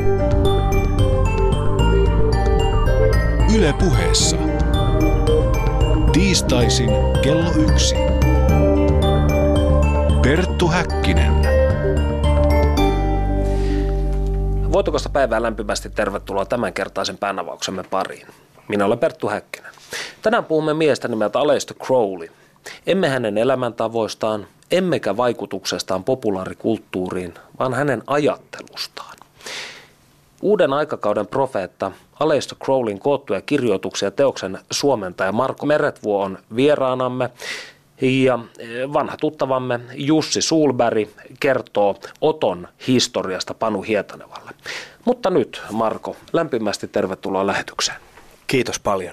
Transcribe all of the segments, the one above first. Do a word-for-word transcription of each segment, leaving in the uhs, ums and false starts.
Yle Puheessa. Tiistaisin kello yksi. Perttu Häkkinen. Voitokosta päivää lämpimästi tervetuloa tämänkertaisen päänavauksemme pariin. Minä olen Perttu Häkkinen. Tänään puhumme miestä nimeltä Aleister Crowley. Emme hänen elämäntavoistaan, emmekä vaikutuksestaan populaarikulttuuriin, vaan hänen ajattelustaan. Uuden aikakauden profeetta Aleister Crowleyn koottuja kirjoituksia teoksen suomentaja Marko Meretvuo on vieraanamme. Ja vanha tuttavamme Jussi Sulberg kertoo Oton historiasta Panu Hietanevalle. Mutta nyt, Marko, lämpimästi tervetuloa lähetykseen. Kiitos paljon.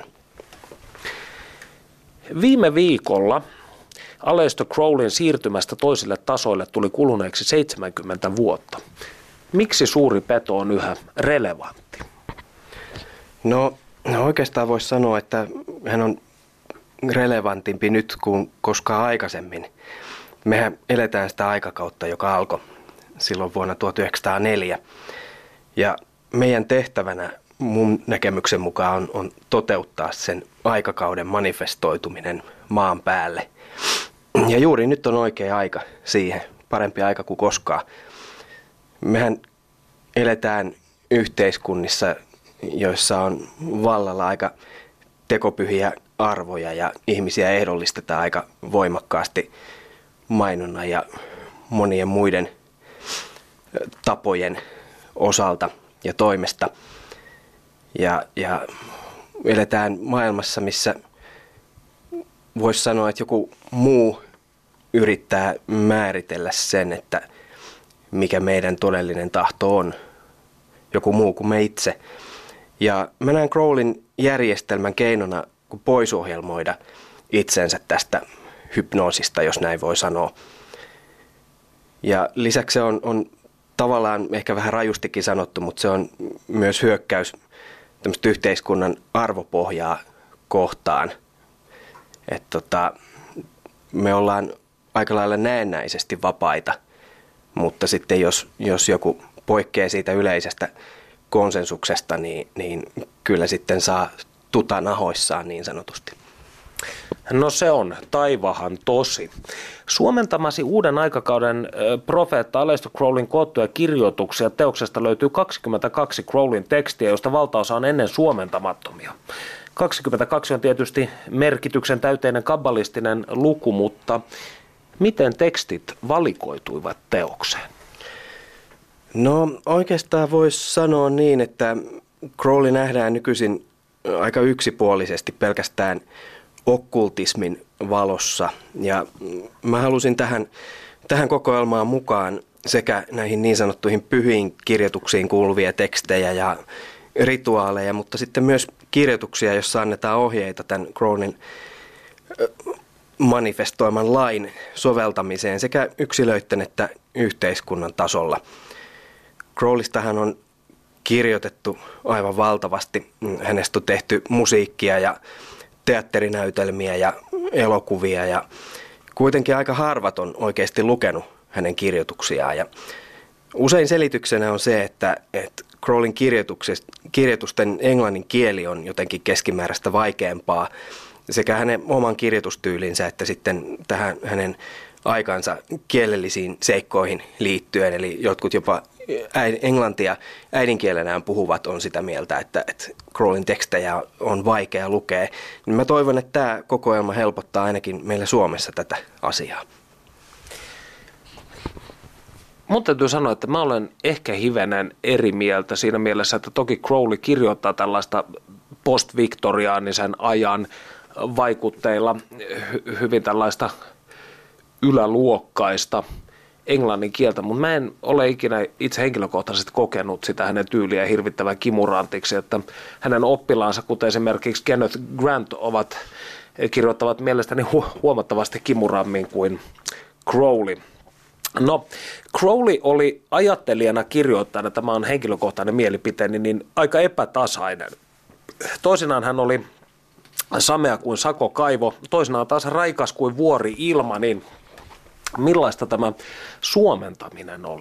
Viime viikolla Aleister Crowleyn siirtymästä toisille tasoille tuli kuluneeksi seitsemänkymmentä vuotta. Miksi suuri peto on yhä relevantti? No, no oikeastaan voisi sanoa, että hän on relevantimpi nyt kuin koskaan aikaisemmin. Mehän eletään sitä aikakautta, joka alkoi silloin vuonna tuhatyhdeksänsataaneljä. Ja meidän tehtävänä mun näkemyksen mukaan on, on toteuttaa sen aikakauden manifestoituminen maan päälle. Ja juuri nyt on oikea aika siihen, parempi aika kuin koskaan. Mehän eletään yhteiskunnissa, joissa on vallalla aika tekopyhiä arvoja ja ihmisiä ehdollistetaan aika voimakkaasti mainonnan ja monien muiden tapojen osalta ja toimesta. Ja, ja eletään maailmassa, missä voisi sanoa, että joku muu yrittää määritellä sen, että mikä meidän todellinen tahto on. Joku muu kuin me itse. Ja mä näen Crowleyn järjestelmän keinona poisohjelmoida itsensä tästä hypnoosista, jos näin voi sanoa. Ja lisäksi se on, on tavallaan ehkä vähän rajustikin sanottu, mutta se on myös hyökkäys tämmöistä yhteiskunnan arvopohjaa kohtaan. Että tota, me ollaan aika lailla näennäisesti vapaita, mutta sitten jos, jos joku poikkeaa siitä yleisestä konsensuksesta, niin, niin kyllä sitten saa tuta nahoissaan niin sanotusti. No se on taivahan tosi. Suomentamasi uuden aikakauden profeetta Aleister Crowleyn koottuja kirjoituksia teoksesta löytyy kaksikymmentäkaksi Crowleyn tekstiä, joista valtaosa on ennen suomentamattomia. kaksikymmentäkaksi on tietysti merkityksen täyteinen kabbalistinen luku, mutta miten tekstit valikoituivat teokseen? No oikeastaan voisi sanoa niin, että Crowley nähdään nykyisin aika yksipuolisesti pelkästään okkultismin valossa. Ja mä halusin tähän, tähän kokoelmaan mukaan sekä näihin niin sanottuihin pyhiin kirjoituksiin kuuluvia tekstejä ja rituaaleja, mutta sitten myös kirjoituksia, joissa annetaan ohjeita tämän Crowleyn manifestoiman lain soveltamiseen sekä yksilöiden että yhteiskunnan tasolla. Crowleystahan on kirjoitettu aivan valtavasti. Hänestä on tehty musiikkia ja teatterinäytelmiä ja elokuvia ja kuitenkin aika harvat on oikeasti lukenut hänen kirjoituksiaan. Ja usein selityksenä on se, että, että Crowleyn kirjoitusten englannin kieli on jotenkin keskimääräistä vaikeampaa sekä hänen oman kirjoitustyylinsä että sitten tähän hänen aikansa kielellisiin seikkoihin liittyen. Eli jotkut jopa englantia äidinkielenään puhuvat on sitä mieltä, että, että Crowleyn tekstejä on vaikea lukea. Niin mä toivon, että tämä kokoelma helpottaa ainakin meillä Suomessa tätä asiaa. Mun täytyy sanoa, että mä olen ehkä hivenen eri mieltä siinä mielessä, että toki Crowley kirjoittaa tällaista post-viktoriaanisen ajan vaikutteilla hy- hyvin tällaista yläluokkaista englannin kieltä, mutta mä en ole ikinä itse henkilökohtaisesti kokenut sitä hänen tyyliä hirvittävän kimurantiksi, että hänen oppilaansa, kuten esimerkiksi Kenneth Grant, ovat, kirjoittavat mielestäni hu- huomattavasti kimurammin kuin Crowley. No, Crowley oli ajattelijana kirjoittajana, tämä on henkilökohtainen mielipiteeni, niin aika epätasainen. Toisinaan hän oli samea kuin sakokaivo, toisinaan taas raikas kuin vuori ilma, niin millaista tämä suomentaminen oli?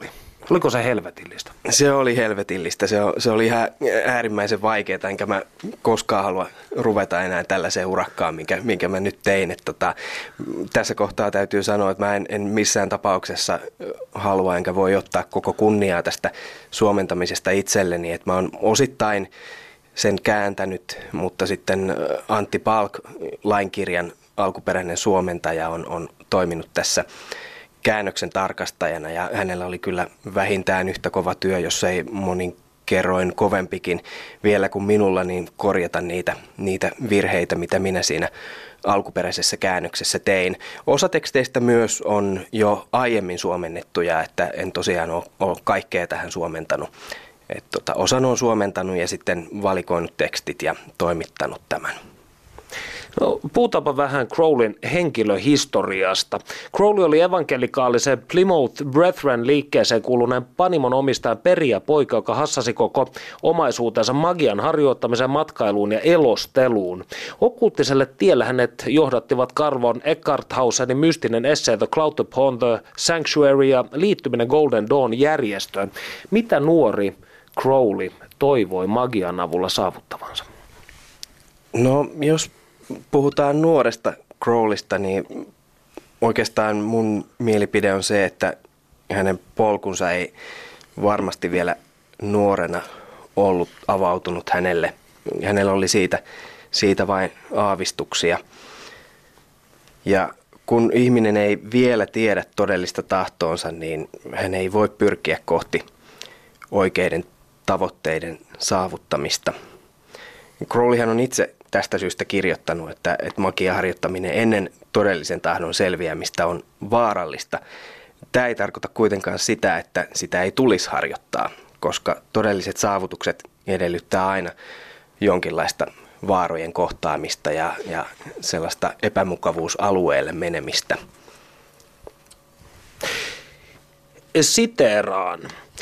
Oliko se helvetillistä? Se oli helvetillistä. Se, se oli ihan äärimmäisen vaikeaa, enkä mä koskaan halua ruveta enää tällaiseen urakkaan, minkä, minkä mä nyt tein. Et tota, tässä kohtaa täytyy sanoa, että mä en, en missään tapauksessa halua enkä voi ottaa koko kunniaa tästä suomentamisesta itselleni. Et mä oon osittain sen kääntänyt, mutta sitten Antti Palk, lainkirjan alkuperäinen suomentaja, on, on toiminut tässä käännöksen tarkastajana, ja hänellä oli kyllä vähintään yhtä kova työ, jos ei monin kerroin kovempikin vielä kuin minulla, niin korjata niitä, niitä virheitä, mitä minä siinä alkuperäisessä käännöksessä tein. Osa teksteistä myös on jo aiemmin suomennettuja, että en tosiaan ole, ole kaikkea tähän suomentanut. Et tota, osan on suomentanut ja sitten valikoinut tekstit ja toimittanut tämän. No, puhutaanpa vähän Crowleyn henkilöhistoriasta. Crowley oli evankelikaalisen Plymouth Brethren liikkeeseen kuuluneen panimon omistajan perijäpoika, joka hassasi koko omaisuutensa magian harjoittamiseen, matkailuun ja elosteluun. Okkulttiselle tielle hänet johdattivat Carl Eckharthausenin mystinen essee The Cloud Upon the Sanctuary ja liittyminen Golden Dawn-järjestöön. Mitä nuori Crowley toivoi magian avulla saavuttavansa? No, jos puhutaan nuoresta Crowleysta, niin oikeastaan mun mielipide on se, että hänen polkunsa ei varmasti vielä nuorena ollut avautunut hänelle. Hänellä oli siitä, siitä vain aavistuksia. Ja kun ihminen ei vielä tiedä todellista tahtoonsa, niin hän ei voi pyrkiä kohti oikeiden tavoitteiden saavuttamista. Crowleyhan on itse tästä syystä kirjoittanut, että, että magian harjoittaminen ennen todellisen tahdon selviämistä on vaarallista. Tämä ei tarkoita kuitenkaan sitä, että sitä ei tulisi harjoittaa, koska todelliset saavutukset edellyttää aina jonkinlaista vaarojen kohtaamista ja, ja sellaista epämukavuusalueelle menemistä. Siteeraan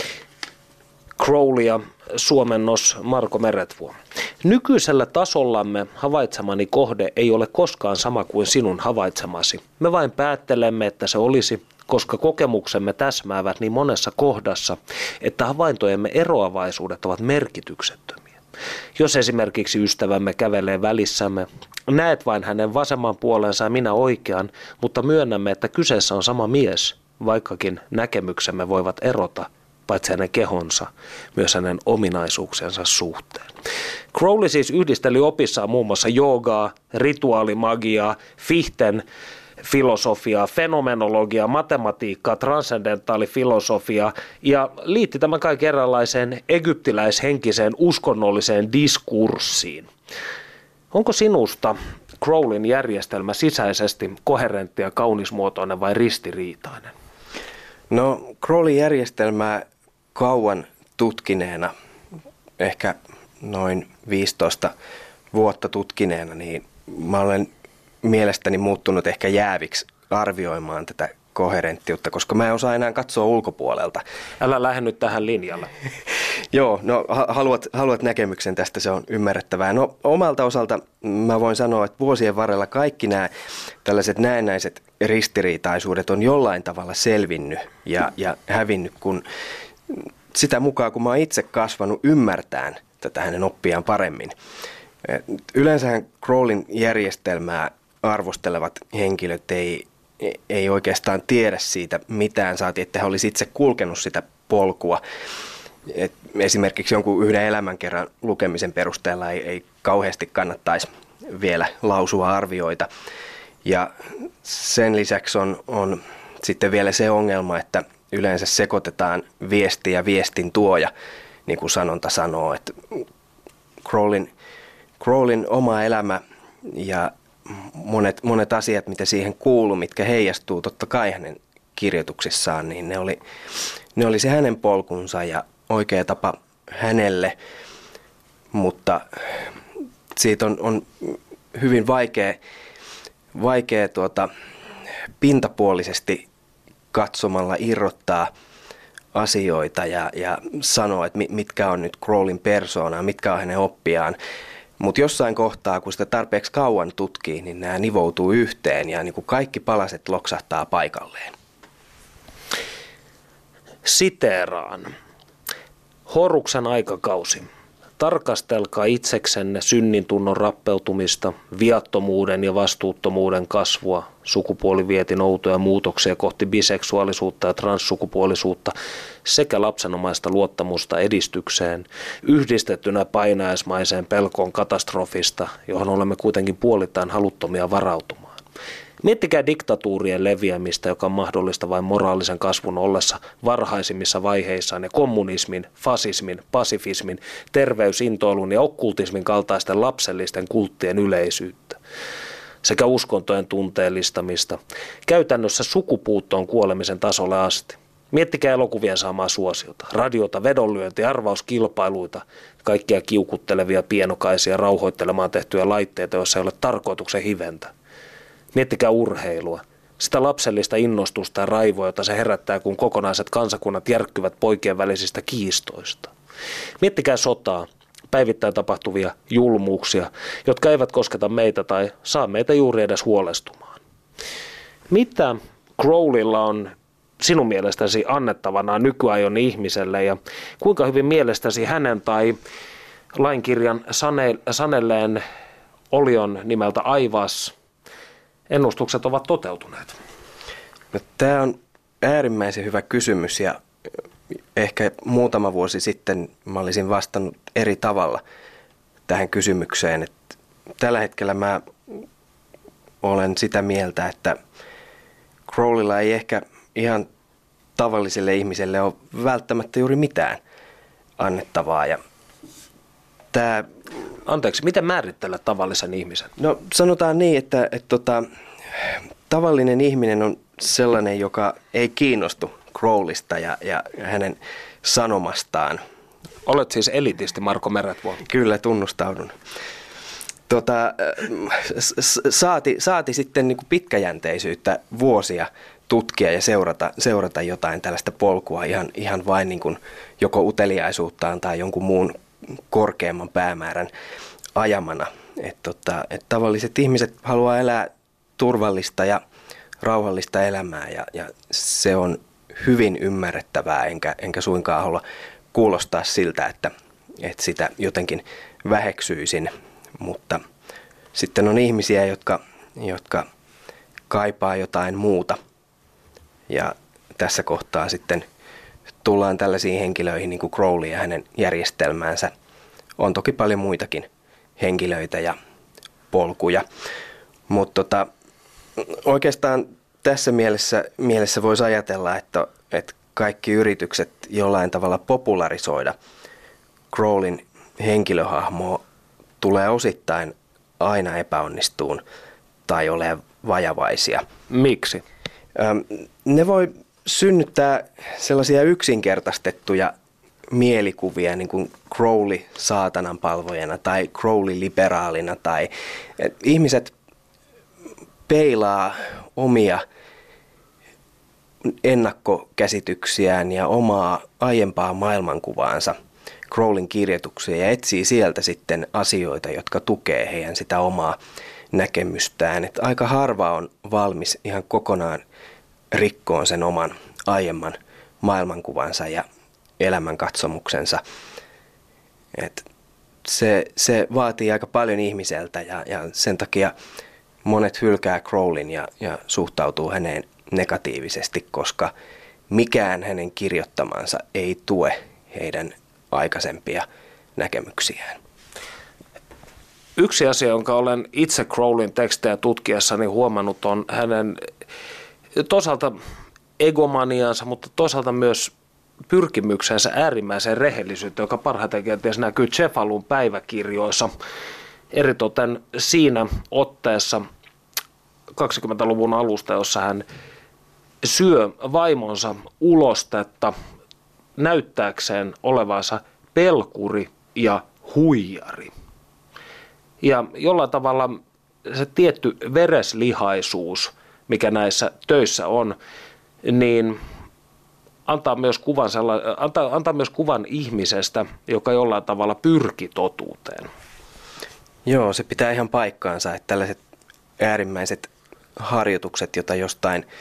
Crowleya, suomennos Marko Meretvuo. Nykyisellä tasollamme havaitsemani kohde ei ole koskaan sama kuin sinun havaitsemasi. Me vain päättelemme, että se olisi, koska kokemuksemme täsmäävät niin monessa kohdassa, että havaintojemme eroavaisuudet ovat merkityksettömiä. Jos esimerkiksi ystävämme kävelee välissämme, näet vain hänen vasemman puolensa ja minä oikean, mutta myönnämme, että kyseessä on sama mies, vaikkakin näkemyksemme voivat erota, paitsi hänen kehonsa, myös hänen ominaisuuksensa suhteen. Crowley siis yhdisteli opissaan muun muassa joogaa, rituaalimagiaa, Fichten filosofiaa, fenomenologiaa, matematiikkaa, transcendentaalifilosofiaa ja liitti tämän kaiken eräänlaiseen egyptiläishenkiseen uskonnolliseen diskurssiin. Onko sinusta Crowleyn järjestelmä sisäisesti koherentti ja kaunismuotoinen vai ristiriitainen? No, Crowleyn järjestelmää kauan tutkineena, ehkä noin viisitoista vuotta tutkineena, niin mä olen mielestäni muuttunut ehkä jääviksi arvioimaan tätä koherenttiutta, koska mä en osaa enää katsoa ulkopuolelta. Älä lähde nyt tähän linjalle. Joo, no haluat, haluat näkemyksen tästä, se on ymmärrettävää. No omalta osalta mä voin sanoa, että vuosien varrella kaikki nämä tällaiset näennäiset ristiriitaisuudet on jollain tavalla selvinnyt ja, ja hävinnyt, kun sitä mukaan, kun mä oon itse kasvanut ymmärtään tätä hänen oppiaan paremmin. Yleensähän Crowleyn järjestelmää arvostelevat henkilöt ei, ei oikeastaan tiedä siitä mitään, saati että he olisi itse kulkenut sitä polkua. Et esimerkiksi jonkun yhden elämänkerran lukemisen perusteella ei, ei kauheasti kannattaisi vielä lausua arvioita. Ja sen lisäksi on, on sitten vielä se ongelma, että yleensä sekoitetaan viesti ja viestin tuoja, niin kuin sanonta sanoo. Että Crowleyn, Crowleyn oma elämä ja monet, monet asiat, mitä siihen kuuluu, mitkä heijastuu totta kai hänen kirjoituksissaan, niin ne oli, ne oli se hänen polkunsa ja oikea tapa hänelle, mutta siitä on, on hyvin vaikea, vaikea tuota, pintapuolisesti katsomalla irrottaa asioita ja, ja sanoa, että mitkä on nyt Crowleyn persoonaa, mitkä on hänen oppiaan. Mutta jossain kohtaa, kun sitä tarpeeksi kauan tutkii, niin nämä nivoutuu yhteen ja niin kuin kaikki palaset loksahtaa paikalleen. Siteeraan. Horruksen aikakausi. Tarkastelkaa itseksenne synnintunnon rappeutumista, viattomuuden ja vastuuttomuuden kasvua, sukupuolivietin outoja muutoksia kohti biseksuaalisuutta ja transsukupuolisuutta sekä lapsenomaista luottamusta edistykseen, yhdistettynä painajaismaiseen pelkoon katastrofista, johon olemme kuitenkin puolittain haluttomia varautumaan. Miettikää diktatuurien leviämistä, joka on mahdollista vain moraalisen kasvun ollessa varhaisimmissa vaiheissaan, ja kommunismin, fasismin, pasifismin, terveysintoilun ja okkultismin kaltaisten lapsellisten kulttien yleisyyttä sekä uskontojen tunteellistamista, käytännössä sukupuuttoon kuolemisen tasolle asti. Miettikää elokuvien saamaa suosiota, radiota, vedonlyöntiä, arvauskilpailuita, kaikkia kiukuttelevia pienokaisia rauhoittelemaan tehtyjä laitteita, joissa ei ole tarkoituksen hiventä. Miettikää urheilua, sitä lapsellista innostusta ja raivoa, jota se herättää, kun kokonaiset kansakunnat järkkyvät poikien välisistä kiistoista. Miettikää sotaa, päivittäin tapahtuvia julmuuksia, jotka eivät kosketa meitä tai saa meitä juuri edes huolestumaan. Mitä Crowleylla on sinun mielestäsi annettavana nykyajon ihmiselle ja kuinka hyvin mielestäsi hänen tai lainkirjan sanelleen olion nimeltä Aivas ennustukset ovat toteutuneet? No, tämä on äärimmäisen hyvä kysymys ja ehkä muutama vuosi sitten mä olisin vastannut eri tavalla tähän kysymykseen. Että tällä hetkellä mä olen sitä mieltä, että Crowleylla ei ehkä ihan tavalliselle ihmiselle ole välttämättä juuri mitään annettavaa. Ja tämä Anteeksi, miten määritellä tavallisen ihmisen? No sanotaan niin, että, että tota, tavallinen ihminen on sellainen, joka ei kiinnostu Crowleysta ja, ja hänen sanomastaan. Olet siis elitisti, Marko Meretvuo. Kyllä, tunnustaudun. Tota, saati, saati sitten niin kuin pitkäjänteisyyttä vuosia tutkia ja seurata, seurata jotain tällaista polkua ihan, ihan vain niin kuin joko uteliaisuuttaan tai jonkun muun korkeamman päämäärän ajamana. Et tota, et tavalliset ihmiset haluaa elää turvallista ja rauhallista elämää ja, ja se on hyvin ymmärrettävää, enkä, enkä suinkaan halua kuulostaa siltä, että, että sitä jotenkin väheksyisin, mutta sitten on ihmisiä, jotka, jotka kaipaa jotain muuta ja tässä kohtaa sitten tullaan tällaisiin henkilöihin niin kuin Crowley ja hänen järjestelmäänsä. On toki paljon muitakin henkilöitä ja polkuja, mutta tota, oikeastaan tässä mielessä, mielessä voisi ajatella, että, että kaikki yritykset jollain tavalla popularisoida Crowleyn henkilöhahmoa tulee osittain aina epäonnistuun tai ole vajavaisia. Miksi? Ne voi synnyttää sellaisia yksinkertaistettuja mielikuvia, niin kuin Crowley saatanan palvojana tai Crowley liberaalina, tai ihmiset peilaa omia ennakkokäsityksiään ja omaa aiempaa maailmankuvaansa Crowleyn kirjoituksia ja etsii sieltä sitten asioita, jotka tukee heidän sitä omaa näkemystään. Että aika harva on valmis ihan kokonaan rikkoon sen oman aiemman maailmankuvansa ja elämänkatsomuksensa. Et se, se vaatii aika paljon ihmiseltä ja, ja sen takia monet hylkää Crowleyn ja, ja suhtautuu häneen negatiivisesti, koska mikään hänen kirjoittamansa ei tue heidän aikaisempia näkemyksiään. Yksi asia, jonka olen itse Crowleyn tekstejä tutkiessani huomannut, on hänen toisaalta egomaniansa, mutta toisaalta myös pyrkimyksensä äärimmäiseen rehellisyyteen, joka parhaiten kenties näkyy Cefalun päiväkirjoissa. Eritoten siinä otteessa kaksikymmentäluvun alusta, jossa hän syö vaimonsa ulostetta näyttääkseen olevansa pelkuri ja huijari. Ja jollain tavalla se tietty vereslihaisuus, mikä näissä töissä on, niin antaa myös kuvan, sella- antaa, antaa myös kuvan ihmisestä, joka jollain tavalla pyrki totuuteen. Joo, se pitää ihan paikkaansa, että tällaiset äärimmäiset harjoitukset, joita jostain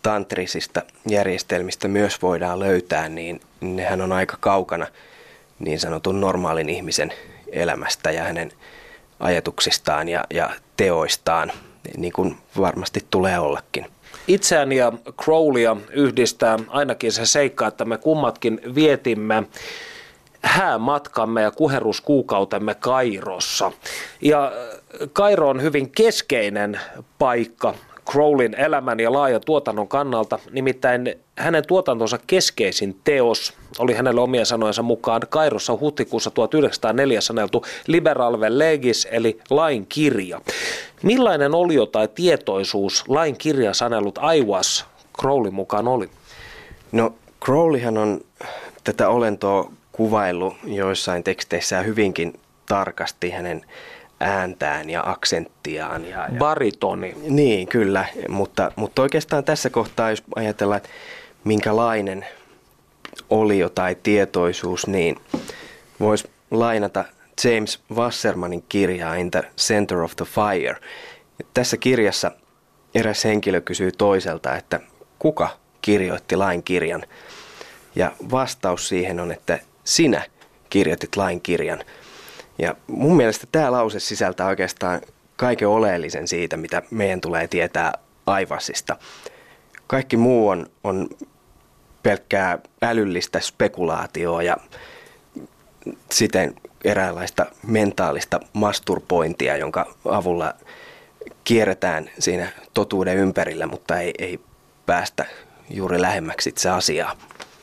tantrisista järjestelmistä myös voidaan löytää, niin nehän on aika kaukana niin sanotun normaalin ihmisen elämästä ja hänen ajatuksistaan ja, ja teoistaan, niin kuin varmasti tulee ollakin. Itseäni ja Crowleya yhdistää ainakin se seikka, että me kummatkin vietimme häämatkamme ja kuheruskuukautemme Kairossa. Ja Kairo on hyvin keskeinen paikka Crowleyn elämän ja laajan tuotannon kannalta, nimittäin hänen tuotantonsa keskeisin teos oli hänelle omien sanojensa mukaan Kairossa huhtikuussa tuhatyhdeksänsataaneljä saneltu Liberalve Legis eli lain kirja. Millainen olio tai tietoisuus lain kirja sanelut Aiwas Crowleyn mukaan oli? No Crowleyhan on tätä olentoa kuvaillut joissain teksteissään hyvinkin tarkasti hänen ääntään ja aksenttiaan. Ja, ja baritoni. Niin, kyllä, mutta, mutta oikeastaan tässä kohtaa, jos ajatellaan, että minkälainen olio tai tietoisuus, niin voisi lainata James Wassermanin kirjaa In the Center of the Fire. Ja tässä kirjassa eräs henkilö kysyy toiselta, että kuka kirjoitti lain kirjan? Ja vastaus siihen on, että sinä kirjoitit lain kirjan. Ja mun mielestä tämä lause sisältää oikeastaan kaiken oleellisen siitä, mitä meidän tulee tietää Aivasista. Kaikki muu on, on pelkkää älyllistä spekulaatioa ja siten eräänlaista mentaalista masturbointia, jonka avulla kierretään siinä totuuden ympärillä, mutta ei, ei päästä juuri lähemmäksi itse asiaa.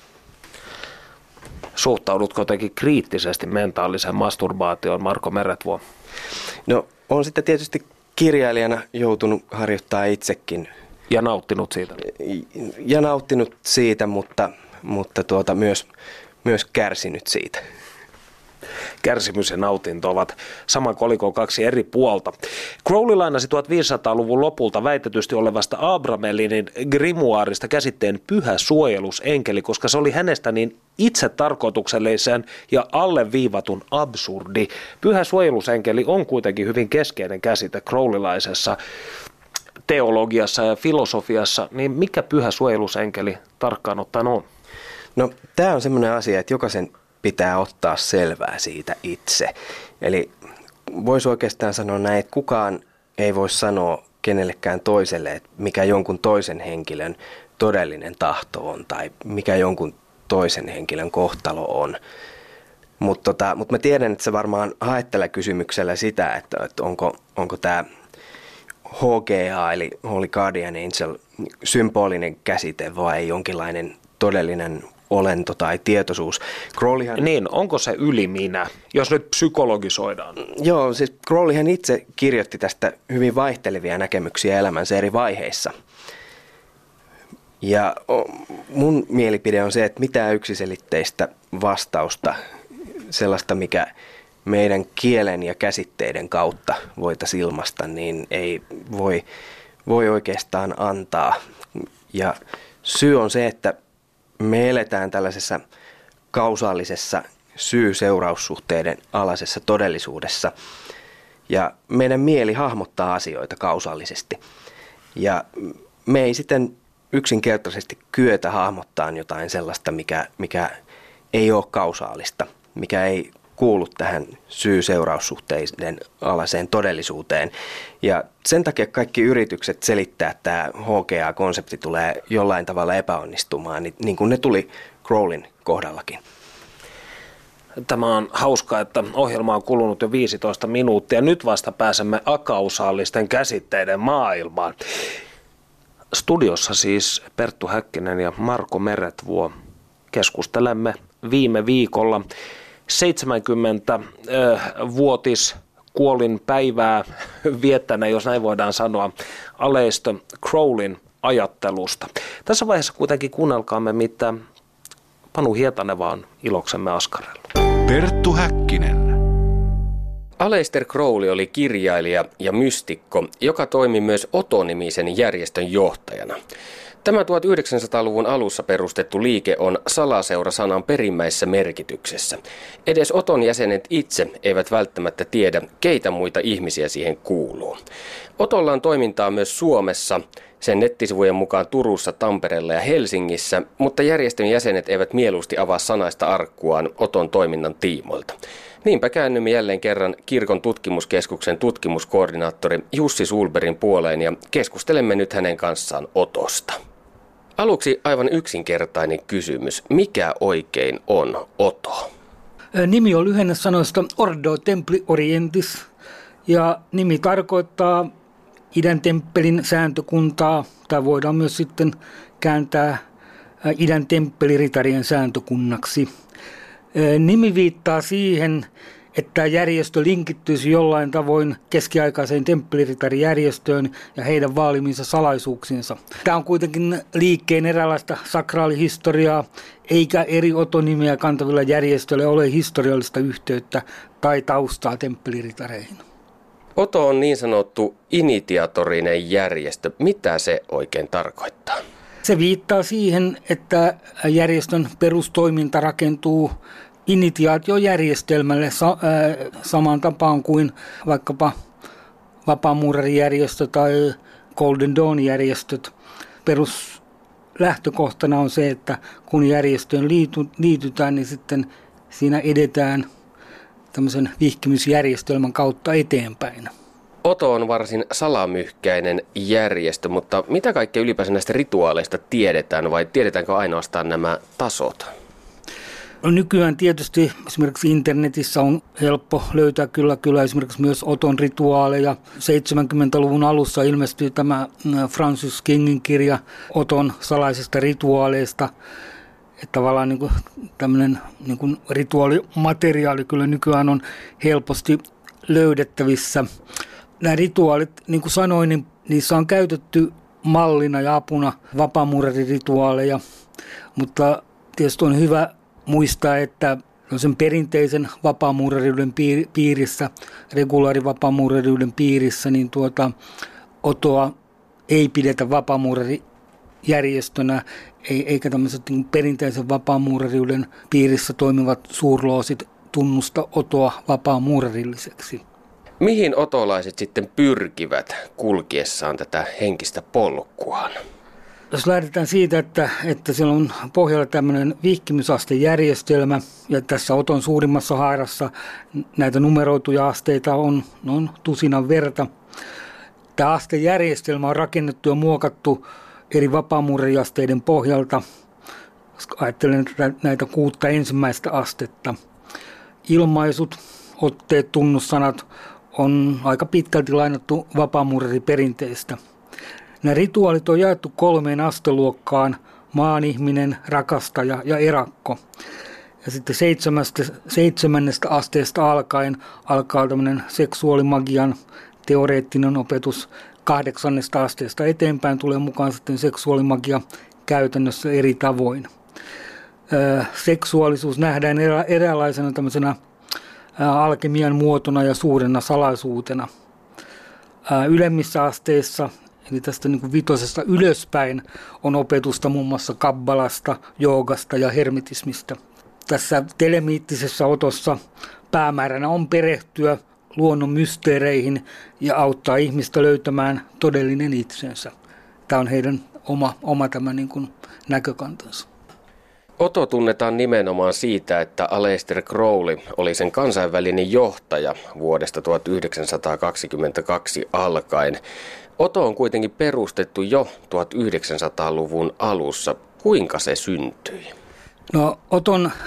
Suhtaudutko jotenkin kriittisesti mentaaliseen masturbaatioon, Marko Meretvuo? No, on sitten tietysti kirjailijana joutunut harjoittaa itsekin. Ja nauttinut siitä? Ja nauttinut siitä, mutta, mutta tuota, myös, myös kärsinyt siitä. Kärsimys ja nautinto ovat saman kolikon kaksi eri puolta. Crowley lainasi viisitoistasataluvun lopulta väitetysti olevasta Abramelinin grimoirista käsitteen pyhä suojelusenkeli, koska se oli hänestä niin itse tarkoituksellisen ja alleviivatun absurdi. Pyhä suojelusenkeli on kuitenkin hyvin keskeinen käsite crowleylaisessa teologiassa ja filosofiassa, niin mikä pyhä suojelusenkeli tarkkaan ottaen on? No, tämä on semmoinen asia, että jokaisen pitää ottaa selvää siitä itse. Eli voisi oikeastaan sanoa näin, että kukaan ei voi sanoa kenellekään toiselle, että mikä jonkun toisen henkilön todellinen tahto on tai mikä jonkun toisen henkilön kohtalo on. Mutta tota, mut mä tiedän, että sä varmaan haet tällä kysymyksellä sitä, että, että onko, onko tämä H G A eli Holy Guardian Angel symbolinen käsite vai jonkinlainen todellinen olento tai tietoisuus. Crowleyhan... Niin, onko se yli minä, jos nyt psykologisoidaan? Joo, siis Crowleyhan itse kirjoitti tästä hyvin vaihtelevia näkemyksiä elämänsä eri vaiheissa. Ja mun mielipide on se, että mitään yksiselitteistä vastausta, sellaista mikä meidän kielen ja käsitteiden kautta voitaisiin ilmaista, niin ei voi, voi oikeastaan antaa. Ja syy on se, että me eletään tällaisessa kausaalisessa syy-seuraussuhteiden alaisessa todellisuudessa ja meidän mieli hahmottaa asioita kausaalisesti. Ja me ei sitten yksinkertaisesti kyetä hahmottaa jotain sellaista, mikä, mikä ei ole kausaalista, mikä ei kuulu tähän syy-seuraussuhteiden alaiseen todellisuuteen. Ja sen takia kaikki yritykset selittää, että tämä H G A-konsepti tulee jollain tavalla epäonnistumaan, niin, niin kuin ne tuli Crowleyn kohdallakin. Tämä on hauskaa, että ohjelma on kulunut jo viisitoista minuuttia. Nyt vasta pääsemme akausaalisten käsitteiden maailmaan. Studiossa siis Perttu Häkkinen ja Marko Meretvuo. Keskustelemme viime viikolla seitsemänkymmentävuotis kuolin päivää viettäneen, jos näin voidaan sanoa, Aleister Crowleyn ajattelusta. Tässä vaiheessa kuitenkin kuunnelkaamme, mitä Panu Hietaneva on iloksemme askarella. Perttu Häkkinen. Aleister Crowley oli kirjailija ja mystikko, joka toimi myös Oto-nimisen järjestön johtajana. Tämä tuhatyhdeksänsataaluvun alussa perustettu liike on salaseura-sanan perimmäisessä merkityksessä. Edes Oton jäsenet itse eivät välttämättä tiedä, keitä muita ihmisiä siihen kuuluu. Otolla on toimintaa myös Suomessa, sen nettisivujen mukaan Turussa, Tampereella ja Helsingissä, mutta järjestön jäsenet eivät mieluusti avaa sanaista arkkuaan Oton toiminnan tiimoilta. Niinpä käännymme jälleen kerran Kirkon tutkimuskeskuksen tutkimuskoordinaattori Jussi Sulberin puoleen ja keskustelemme nyt hänen kanssaan Otosta. Aluksi aivan yksinkertainen kysymys. Mikä oikein on Oto? Nimi on lyhenne sanoista Ordo Templi Orientis ja nimi tarkoittaa idän temppelin sääntökuntaa, tai voidaan myös sitten kääntää idän temppeliritarien sääntökunnaksi. Nimi viittaa siihen, että järjestö linkittyisi jollain tavoin keskiaikaiseen temppeliritarijärjestöön ja heidän vaalimiinsa salaisuuksiinsa. Tämä on kuitenkin liikkeen eräänlaista sakraalihistoriaa, eikä eri otonimiä kantavilla järjestöillä ole historiallista yhteyttä tai taustaa temppeliritareihin. Oto on niin sanottu initiatorinen järjestö. Mitä se oikein tarkoittaa? Se viittaa siihen, että järjestön perustoiminta rakentuu initiaatiojärjestelmälle sa- äh, samaan tapaan kuin vaikkapa vapaamuurarijärjestö tai Golden Dawn-järjestöt. Peruslähtökohtana on se, että kun järjestöön liity- liitytään, niin sitten siinä edetään tämmöisen vihkimysjärjestelmän kautta eteenpäin. Oto on varsin salamyhkäinen järjestö, mutta mitä kaikkea ylipäänsä näistä rituaaleista tiedetään vai tiedetäänkö ainoastaan nämä tasot? No nykyään tietysti esimerkiksi internetissä on helppo löytää kyllä, kyllä esimerkiksi myös Oton rituaaleja. seitsemänkymmentäluvun alussa ilmestyi tämä Francis Kingin kirja Oton salaisista rituaaleista. Että tavallaan niin kuin tämmöinen niin kuin rituaalimateriaali kyllä nykyään on helposti löydettävissä. Nämä rituaalit, niin kuin sanoin, niin niissä on käytetty mallina ja apuna vapaamuurarirituaaleja, mutta tietysti on hyvä muistaa, että sen perinteisen vapaamuurariuden piirissä, regulaarivapaamuurariuden piirissä, niin tuota, Otoa ei pidetä vapaamuurarijärjestönä, eikä tämmöiset niin perinteisen vapaamuurariuden piirissä toimivat suurloosit tunnusta Otoa vapaamuurarilliseksi. Mihin otolaiset sitten pyrkivät kulkiessaan tätä henkistä polkuaan? Jos lähdetään siitä, että, että siellä on pohjalla tämmöinen vihkimysastejärjestelmä, ja tässä Oton suurimmassa haarassa näitä numeroituja asteita on noin tusinan verta. Tämä astejärjestelmä on rakennettu ja muokattu eri vapaamuurariasteiden pohjalta. Ajattelen näitä kuutta ensimmäistä astetta. Ilmaisut, otteet, tunnussanat on aika pitkälti lainattu vapaamuurariperinteestä. Nämä rituaalit on jaettu kolmeen asteluokkaan: maanihminen, rakastaja ja erakko. Ja sitten seitsemästä, seitsemännestä asteesta alkaen alkaa tämmöinen seksuaalimagian teoreettinen opetus. Kahdeksannesta asteesta eteenpäin tulee mukaan sitten seksuaalimagia käytännössä eri tavoin. Öö, seksuaalisuus nähdään erä, eräänlaisena tämmöisenä alkemian muotona ja suurena salaisuutena. Öö, ylemmissä asteissa, eli tästä niin kuin vitosesta ylöspäin, on opetusta muun muassa kabbalasta, joogasta ja hermetismistä. Tässä telemiittisessä otossa päämääränä on perehtyä luonnon mysteereihin ja auttaa ihmistä löytämään todellinen itsensä. Tämä on heidän oma, oma tämä niin kuin näkökantansa. Oto tunnetaan nimenomaan siitä, että Aleister Crowley oli sen kansainvälinen johtaja vuodesta tuhatyhdeksänsataakaksikymmentäkaksi alkaen. Oto on kuitenkin perustettu jo tuhatyhdeksänsataaluvun alussa. Kuinka se syntyi? No, Oton äh,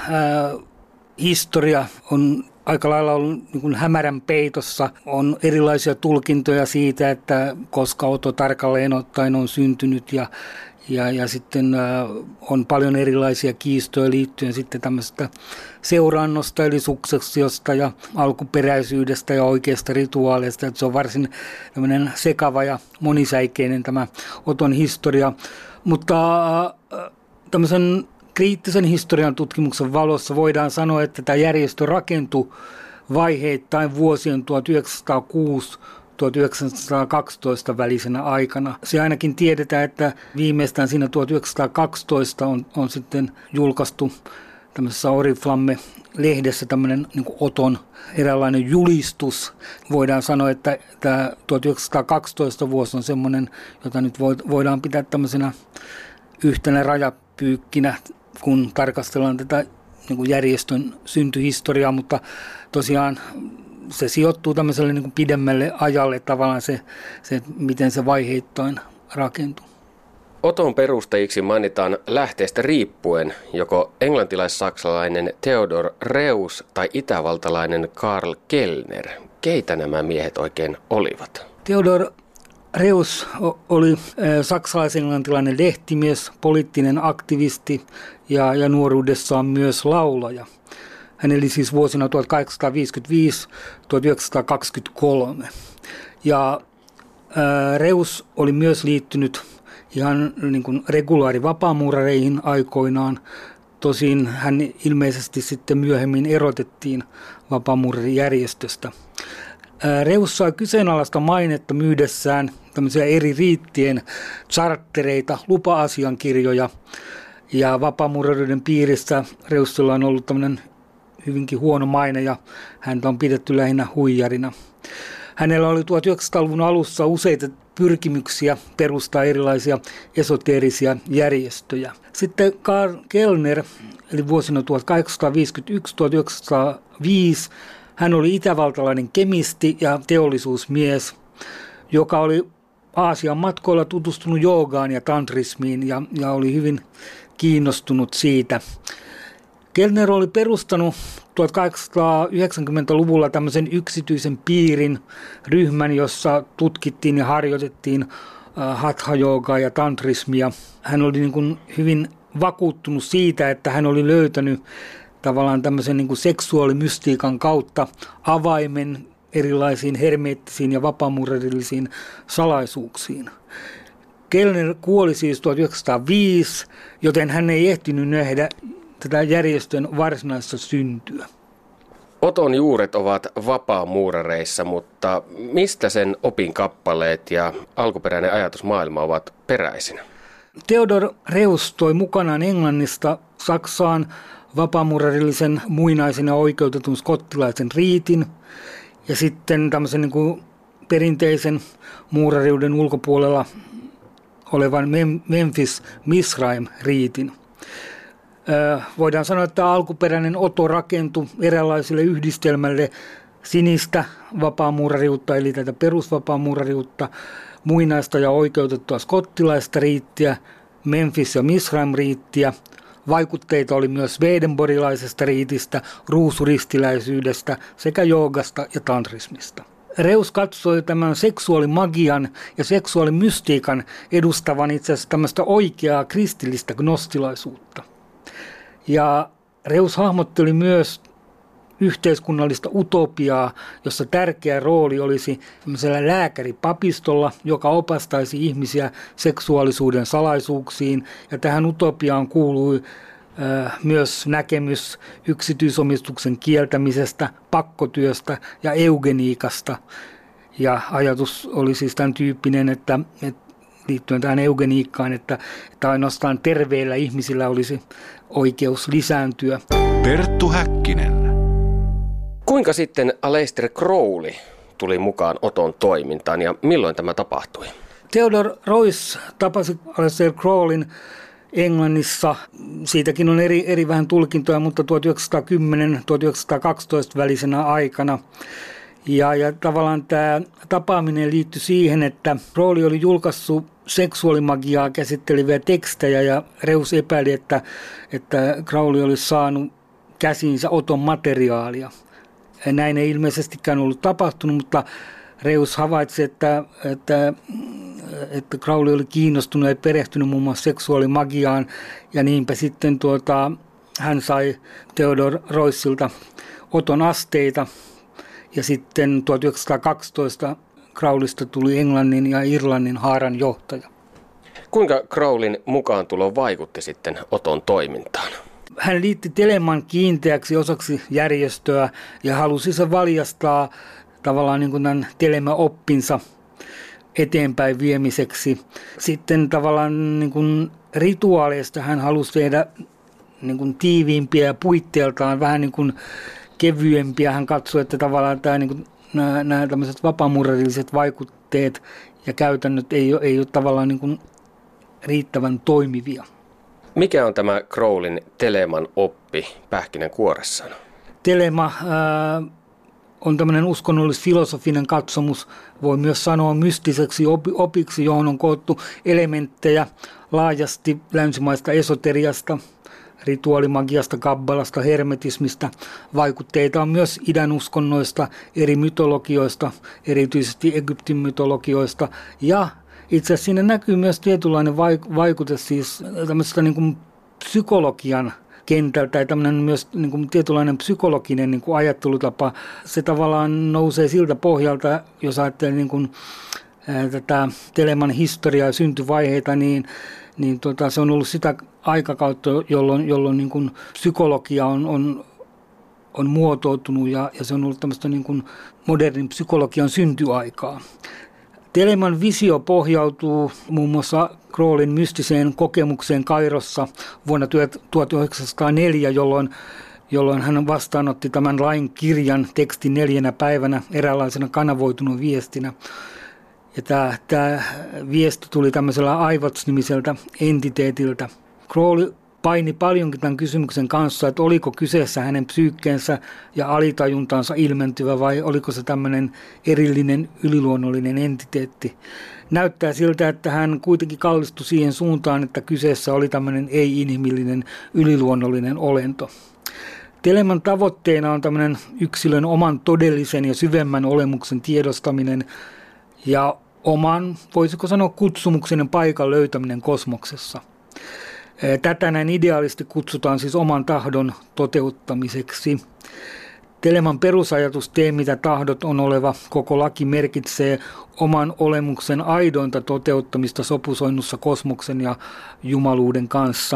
historia on aika lailla ollut niin kuin hämärän peitossa. On erilaisia tulkintoja siitä, että koska Oto tarkalleen ottaen on syntynyt ja Ja, ja sitten äh, on paljon erilaisia kiistoja liittyen sitten tämmöistä seurannosta eli suksessiosta ja alkuperäisyydestä ja oikeasta rituaaleista. Että se on varsin tämmöinen sekava ja monisäikeinen tämä Oton historia. Mutta äh, tämmöisen kriittisen historian tutkimuksen valossa voidaan sanoa, että tämä järjestö rakentui vaiheittain vuosien tuhatyhdeksänsataakuusi tuhatyhdeksänsataakaksitoista välisenä aikana. Se ainakin tiedetään, että viimeistään siinä tuhatyhdeksänsataakaksitoista on, on sitten julkaistu tämmöisessä Oriflamme-lehdessä tämmöinen niin kuin Oton eräänlainen julistus. Voidaan sanoa, että tämä tuhatyhdeksänsataakaksitoista vuosi on semmoinen, jota nyt voidaan pitää tämmöisenä yhtenä rajapyykkinä, kun tarkastellaan tätä niin kuin järjestön syntyhistoriaa, mutta tosiaan se sijoittuu tämmöiselle niin kuin pidemmälle ajalle tavallaan se, se, miten se vaiheittain rakentuu. Oton perustajiksi mainitaan lähteestä riippuen joko englantilais-saksalainen Theodor Reuss tai itävaltalainen Karl Kellner. Keitä nämä miehet oikein olivat? Theodor Reuss oli saksalais-englantilainen lehtimies, poliittinen aktivisti ja, ja nuoruudessaan myös laulaja. Hän eli siis vuosina tuhatkahdeksansataaviisikymmentäviisi tuhatyhdeksänsataakaksikymmentäkolme. Ja ää, Reuss oli myös liittynyt ihan niin kuin regulaari vapaamuurareihin aikoinaan. Tosin hän ilmeisesti sitten myöhemmin erotettiin vapaamuurarijärjestöstä. Reuss sai kyseenalaista mainetta myydessään tämmöisiä eri riittien charttereita, lupa-asiankirjoja. Ja vapaamuurareiden piirissä Reussilla on ollut tämmöinen hyvinkin huono maine ja häntä on pidetty lähinnä huijarina. Hänellä oli tuhatyhdeksänsataaluvun alussa useita pyrkimyksiä perustaa erilaisia esoteerisia järjestöjä. Sitten Karl Kellner, eli vuosina tuhatkahdeksansataaviisikymmentäyksi tuhatyhdeksänsataaviisi, hän oli itävaltalainen kemisti ja teollisuusmies, joka oli Aasian matkoilla tutustunut joogaan ja tantrismiin ja, ja oli hyvin kiinnostunut siitä. Kellner oli perustanut tuhatkahdeksansataayhdeksänkymmentäluvulla tämmöisen yksityisen piirin ryhmän, jossa tutkittiin ja harjoitettiin hatha-joogaa ja tantrismia. Hän oli niin kuin hyvin vakuuttunut siitä, että hän oli löytänyt tavallaan tämmöisen niin kuin seksuaalimystiikan kautta avaimen erilaisiin hermeettisiin ja vapaamuurarillisiin salaisuuksiin. Kellner kuoli siis tuhatyhdeksänsataaviisi, joten hän ei ehtinyt nähdä tätä järjestön varsinaista syntyä. Oton juuret ovat vapaamuurareissa, mutta mistä sen opinkappaleet ja alkuperäinen ajatusmaailma ovat peräisin? Theodor Reuss toi mukanaan Englannista Saksaan vapaamuurarillisen muinaisen ja oikeutetun skottilaisen riitin ja sitten tämmöisen niin kuin perinteisen muurariuden ulkopuolella olevan Memphis Mizraim-riitin. Voidaan sanoa, että alkuperäinen Oto rakentui eräänlaisille yhdistelmälle sinistä vapaamuurariutta, eli tätä perusvapaamuurariutta, muinaista ja oikeutettua skottilaista riittiä, Memphis- ja Mizraim-riittiä. Vaikutteita oli myös swedenborilaisesta riitistä, ruusuristiläisyydestä sekä joogasta ja tantrismista. Reuss katsoi tämän seksuaalimagian ja seksuaalimystiikan edustavan itse asiassa tämmöistä oikeaa kristillistä gnostilaisuutta. Ja Reuss hahmotteli myös yhteiskunnallista utopiaa, jossa tärkeä rooli olisi lääkäripapistolla, joka opastaisi ihmisiä seksuaalisuuden salaisuuksiin. Ja tähän utopiaan kuului äh, myös näkemys yksityisomistuksen kieltämisestä, pakkotyöstä ja eugeniikasta. Ja ajatus oli siis tämän tyyppinen, että, että liittyen tähän eugeniikkaan, että, että ainoastaan terveillä ihmisillä olisi oikeus lisääntyä. Perttu Häkkinen. Kuinka sitten Aleister Crowley tuli mukaan Oton toimintaan ja milloin tämä tapahtui? Theodor Reuss tapasi Aleister Crowleyn Englannissa. Siitäkin on eri, eri vähän tulkintoja, mutta tuhatyhdeksänsataakymmenen tuhatyhdeksänsataakaksitoista välisenä aikana. Ja, ja tavallaan tämä tapaaminen liittyi siihen, että Crowley oli julkaissut seksuaalimagiaa käsitteleviä tekstejä ja Reuss epäili, että, että Crowley olisi saanut käsiinsä Oton materiaalia. Näin ei ilmeisestikään ollut tapahtunut, mutta Reuss havaitsi, että, että, että Crowley oli kiinnostunut ja perehtynyt muun muassa seksuaalimagiaan ja niinpä sitten tuota, hän sai Theodor Reussilta Oton asteita. Ja sitten tuhatyhdeksänsataakaksitoista Crowleysta tuli Englannin ja Irlannin haaran johtaja. Kuinka Crowleyn mukaantulo vaikutti sitten Oton toimintaan? Hän liitti Telemann kiinteäksi osaksi järjestöä ja halusi se valjastaa tavallaan niin kuin tämän Telemann-oppinsa eteenpäin viemiseksi. Sitten tavallaan niin kuin rituaaleista hän halusi tehdä niin kuin tiiviimpiä ja puitteeltaan vähän niin kuin kevyempiä. Hän katsoi, että tavallaan tämä, niin kuin, nämä, nämä tämmöiset vapaamurrilliset vaikutteet ja käytännöt ei ole, ei ole tavallaan niin kuin riittävän toimivia. Mikä on tämä Crowleyn Teleman oppi pähkinänkuoressaan? Telema ää, on tämmöinen uskonnollis-filosofinen katsomus, voi myös sanoa mystiseksi opiksi, johon on koottu elementtejä laajasti länsimaista esoteriasta, rituaalimagiasta, kabbalasta, hermetismistä. Vaikutteita on myös idän uskonnoista, eri mytologioista, erityisesti Egyptin mytologioista. Ja itse asiassa siinä näkyy myös tietynlainen vaikute siis tämmöisestä niin kuin psykologian kentältä tai tämmöinen myös niin kuin tietynlainen psykologinen niin kuin ajattelutapa. Se tavallaan nousee siltä pohjalta, jos ajattelee niin kuin, ää, tätä Teleman historiaa ja syntyvaiheita, niin, niin tota, se on ollut sitä aikakautta, jolloin, jolloin niin kuin psykologia on, on, on muotoutunut ja, ja se on ollut tämmöistä niin kuin modernin psykologian syntyaikaa. Teleman visio pohjautuu muun muassa Crowleyn mystiseen kokemukseen Kairossa vuonna tuhatyhdeksänsataaneljä, jolloin, jolloin hän vastaanotti tämän lain kirjan tekstin neljänä päivänä eräänlaisena kanavoituna viestinä. Ja tämä, tämä viesti tuli tämmöisellä Ivots-nimiseltä entiteetiltä. Crowley paini paljonkin tämän kysymyksen kanssa, että oliko kyseessä hänen psyykkeensä ja alitajuntaansa ilmentyvä vai oliko se tämmöinen erillinen yliluonnollinen entiteetti. Näyttää siltä, että hän kuitenkin kallistui siihen suuntaan, että kyseessä oli tämmöinen ei-inhimillinen yliluonnollinen olento. Teleman tavoitteena on tämmöinen yksilön oman todellisen ja syvemmän olemuksen tiedostaminen ja oman, voisiko sanoa, kutsumuksen paikan löytäminen kosmoksessa. Tätä näin ideaalisti kutsutaan siis oman tahdon toteuttamiseksi. Teleman perusajatus tee mitä tahdot on oleva koko laki merkitsee oman olemuksen aidointa toteuttamista sopusoinnussa kosmoksen ja jumaluuden kanssa.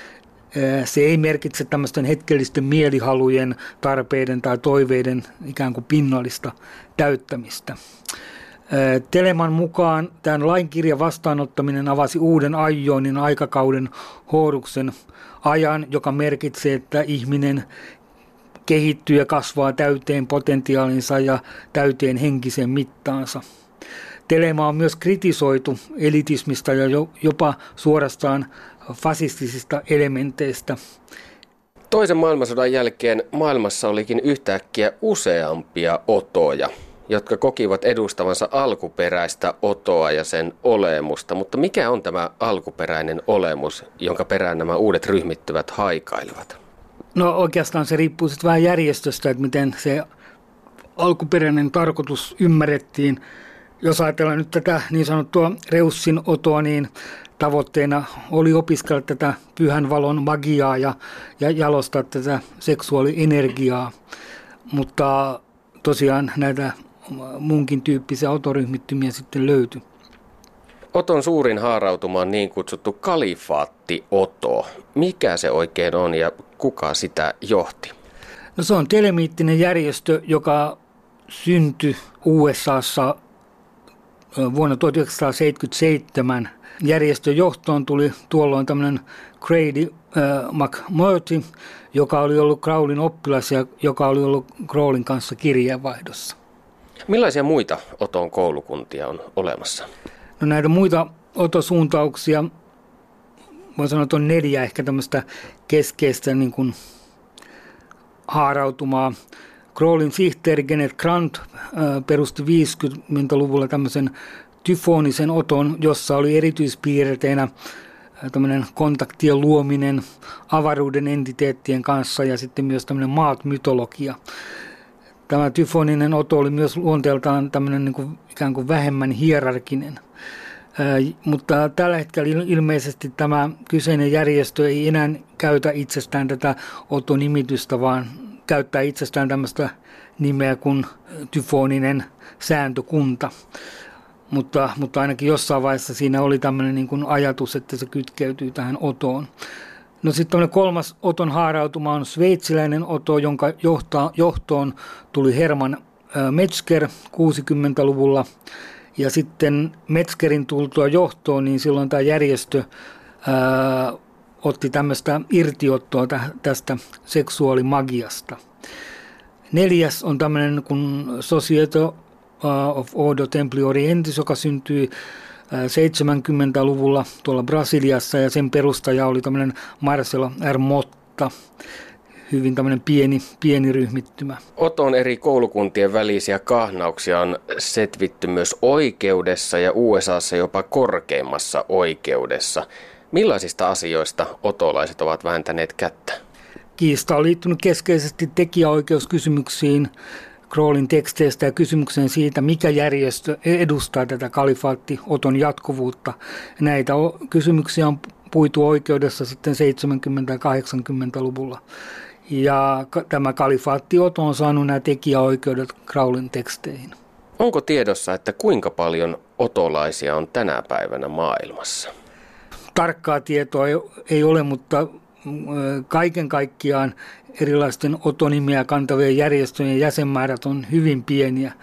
Se ei merkitse tämmöisten hetkellisten mielihalujen, tarpeiden tai toiveiden ikään kuin pinnallista täyttämistä. Teleman mukaan tämän lainkirjan vastaanottaminen avasi uuden ajoinnin aikakauden Horuksen ajan, joka merkitsee, että ihminen kehittyy ja kasvaa täyteen potentiaalinsa ja täyteen henkisen mittaansa. Telema on myös kritisoitu elitismista ja jopa suorastaan fasistisista elementeistä. Toisen maailmansodan jälkeen maailmassa olikin yhtäkkiä useampia otoja, jotka kokivat edustavansa alkuperäistä otoa ja sen olemusta. Mutta mikä on tämä alkuperäinen olemus, jonka perään nämä uudet ryhmittyvät haikailevat? No oikeastaan se riippuu sitten vähän järjestöstä, että miten se alkuperäinen tarkoitus ymmärrettiin. Jos ajatellaan nyt tätä niin sanottua Reussin otoa, niin tavoitteena oli opiskella tätä pyhän valon magiaa ja, ja jalostaa tätä seksuaalienergiaa. Mutta tosiaan näitä muunkin tyyppisiä otoryhmittymiä sitten löytyi. Oton suurin haarautuma on niin kutsuttu kalifaatti-oto. Mikä se oikein on ja kuka sitä johti? No se on telemiittinen järjestö, joka syntyi U S A:ssa vuonna tuhatyhdeksänsataaseitsemänkymmentäseitsemän. Järjestön johtoon tuli tuolloin tämmöinen Grady äh, McMurtry, joka oli ollut Crowleyn oppilas ja joka oli ollut Crowleyn kanssa kirjeenvaihdossa. Millaisia muita Oton koulukuntia on olemassa? No näitä muita otosuuntauksia, voin sanoa, että on neljä ehkä tämmöistä keskeistä niin kuin haarautumaa. Crowleyn sihteeri Kenneth Grant äh, perusti viisikymmentäluvulla tämmöisen tyfonisen oton, jossa oli erityispiirteinä äh, tämmöinen kontaktien luominen avaruuden entiteettien kanssa ja sitten myös tämmöinen maat-mytologia. Tämä tyfoninen oto oli myös luonteeltaan tämmöinen niin kuin ikään kuin vähemmän hierarkinen. Ää, mutta tällä hetkellä ilmeisesti tämä kyseinen järjestö ei enää käytä itsestään tätä oto-nimitystä, vaan käyttää itsestään tämmöistä nimeä kuin tyfoninen sääntökunta. Mutta, mutta ainakin jossain vaiheessa siinä oli tämmöinen niin kuin ajatus, että se kytkeytyy tähän otoon. No sitten kolmas oton haarautuma on sveitsiläinen oto, jonka johtaa, johtoon tuli Hermann Metzger kuusikymmentäluvulla. Ja sitten Metzgerin tultua johtoon, niin silloin tämä järjestö ää, otti tämmöistä irtiottoa tästä seksuaalimagiasta. Neljäs on tämmöinen kuin Society of Ordo Templi Orientis, joka syntyi seitsemänkymmentäluvulla tuolla Brasiliassa, ja sen perustaja oli tämmöinen Marcelo R. Motta, hyvin tämmöinen pieni, pieni ryhmittymä. Oton eri koulukuntien välisiä kahnauksia on setvitty myös oikeudessa ja U S A:ssa jopa korkeimmassa oikeudessa. Millaisista asioista otolaiset ovat vääntäneet kättä? Kiista on liittynyt keskeisesti tekijäoikeuskysymyksiin Crowleyn teksteistä ja kysymykseen siitä, mikä järjestö edustaa tätä kalifaatti Oton jatkuvuutta. Näitä kysymyksiä on puitu oikeudessa sitten seitsemänkymmentä- ja kahdeksankymmentäluvulla. Ja tämä kalifaatti Oto on saanut nämä tekijäoikeudet Crowleyn teksteihin. Onko tiedossa, että kuinka paljon otolaisia on tänä päivänä maailmassa? Tarkkaa tietoa ei, ei ole, mutta kaiken kaikkiaan erilaisten otonimiä kantavien järjestöjen jäsenmäärät on hyvin pieniä.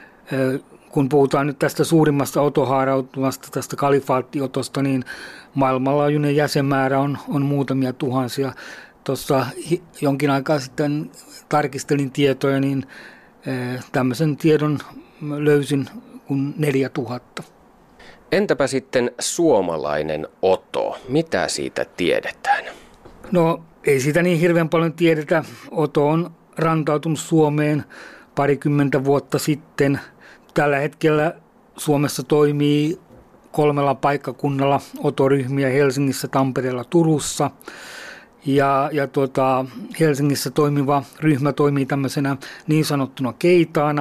Kun puhutaan nyt tästä suurimmasta otohaarautumasta, tästä kalifaattiotosta, niin maailmanlaajuinen jäsenmäärä on, on muutamia tuhansia. Tuossa jonkin aikaa sitten tarkistelin tietoja, niin tämmöisen tiedon löysin kuin neljä tuhatta. Entäpä sitten suomalainen Oto? Mitä siitä tiedetään? No ei siitä niin hirveän paljon tiedetä. Oto on rantautunut Suomeen parikymmentä vuotta sitten. Tällä hetkellä Suomessa toimii kolmella paikkakunnalla Oto-ryhmiä Helsingissä, Tampereella, Turussa. Ja, ja tuota, Helsingissä toimiva ryhmä toimii tämmöisenä niin sanottuna keitaana.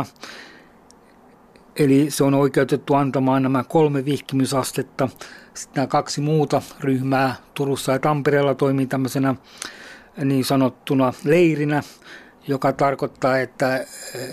Eli se on oikeutettu antamaan nämä kolme vihkimysastetta. Sitten nämä kaksi muuta ryhmää Turussa ja Tampereella toimii tämmöisenä niin sanottuna leirinä, joka tarkoittaa, että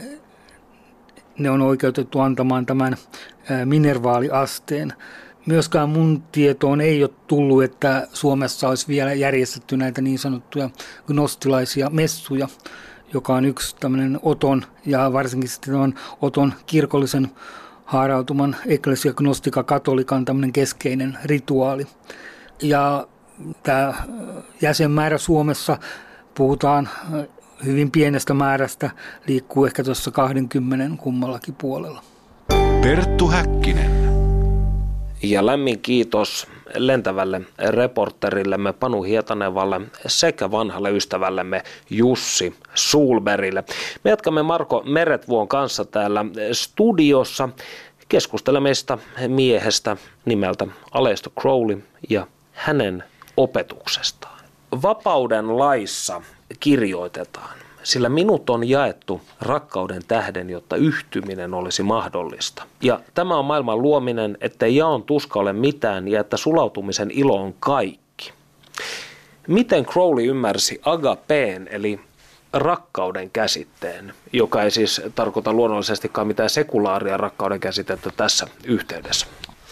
ne on oikeutettu antamaan tämän minervaaliasteen. Myöskään mun tietoon ei ole tullut, että Suomessa olisi vielä järjestetty näitä niin sanottuja gnostilaisia messuja, joka on yksi tämmöinen Oton ja varsinkin sitten on Oton kirkollisen haarautuman Ecclesia Gnostica Catholican tämmöinen keskeinen rituaali. Ja tämä jäsenmäärä Suomessa, puhutaan hyvin pienestä määrästä, liikkuu ehkä tuossa kaksikymmentä kummallakin puolella. Perttu Häkkinen. Ja lämmin kiitos lentävälle reporterillemme Panu Hietanevalle sekä vanhalle ystävällemme Jussi Sulberille. Me jatkamme Marko Meretvuon kanssa täällä studiossa keskustelemista miehestä nimeltä Aleister Crowley ja hänen opetuksestaan. Vapauden laissa kirjoitetaan, sillä minut on jaettu rakkauden tähden, jotta yhtyminen olisi mahdollista. Ja tämä on maailman luominen, ettei jaon tuska ole mitään ja että sulautumisen ilo on kaikki. Miten Crowley ymmärsi agapeen, eli rakkauden käsitteen, joka ei siis tarkoita luonnollisestikaan mitään sekulaaria rakkauden käsitettä tässä yhteydessä?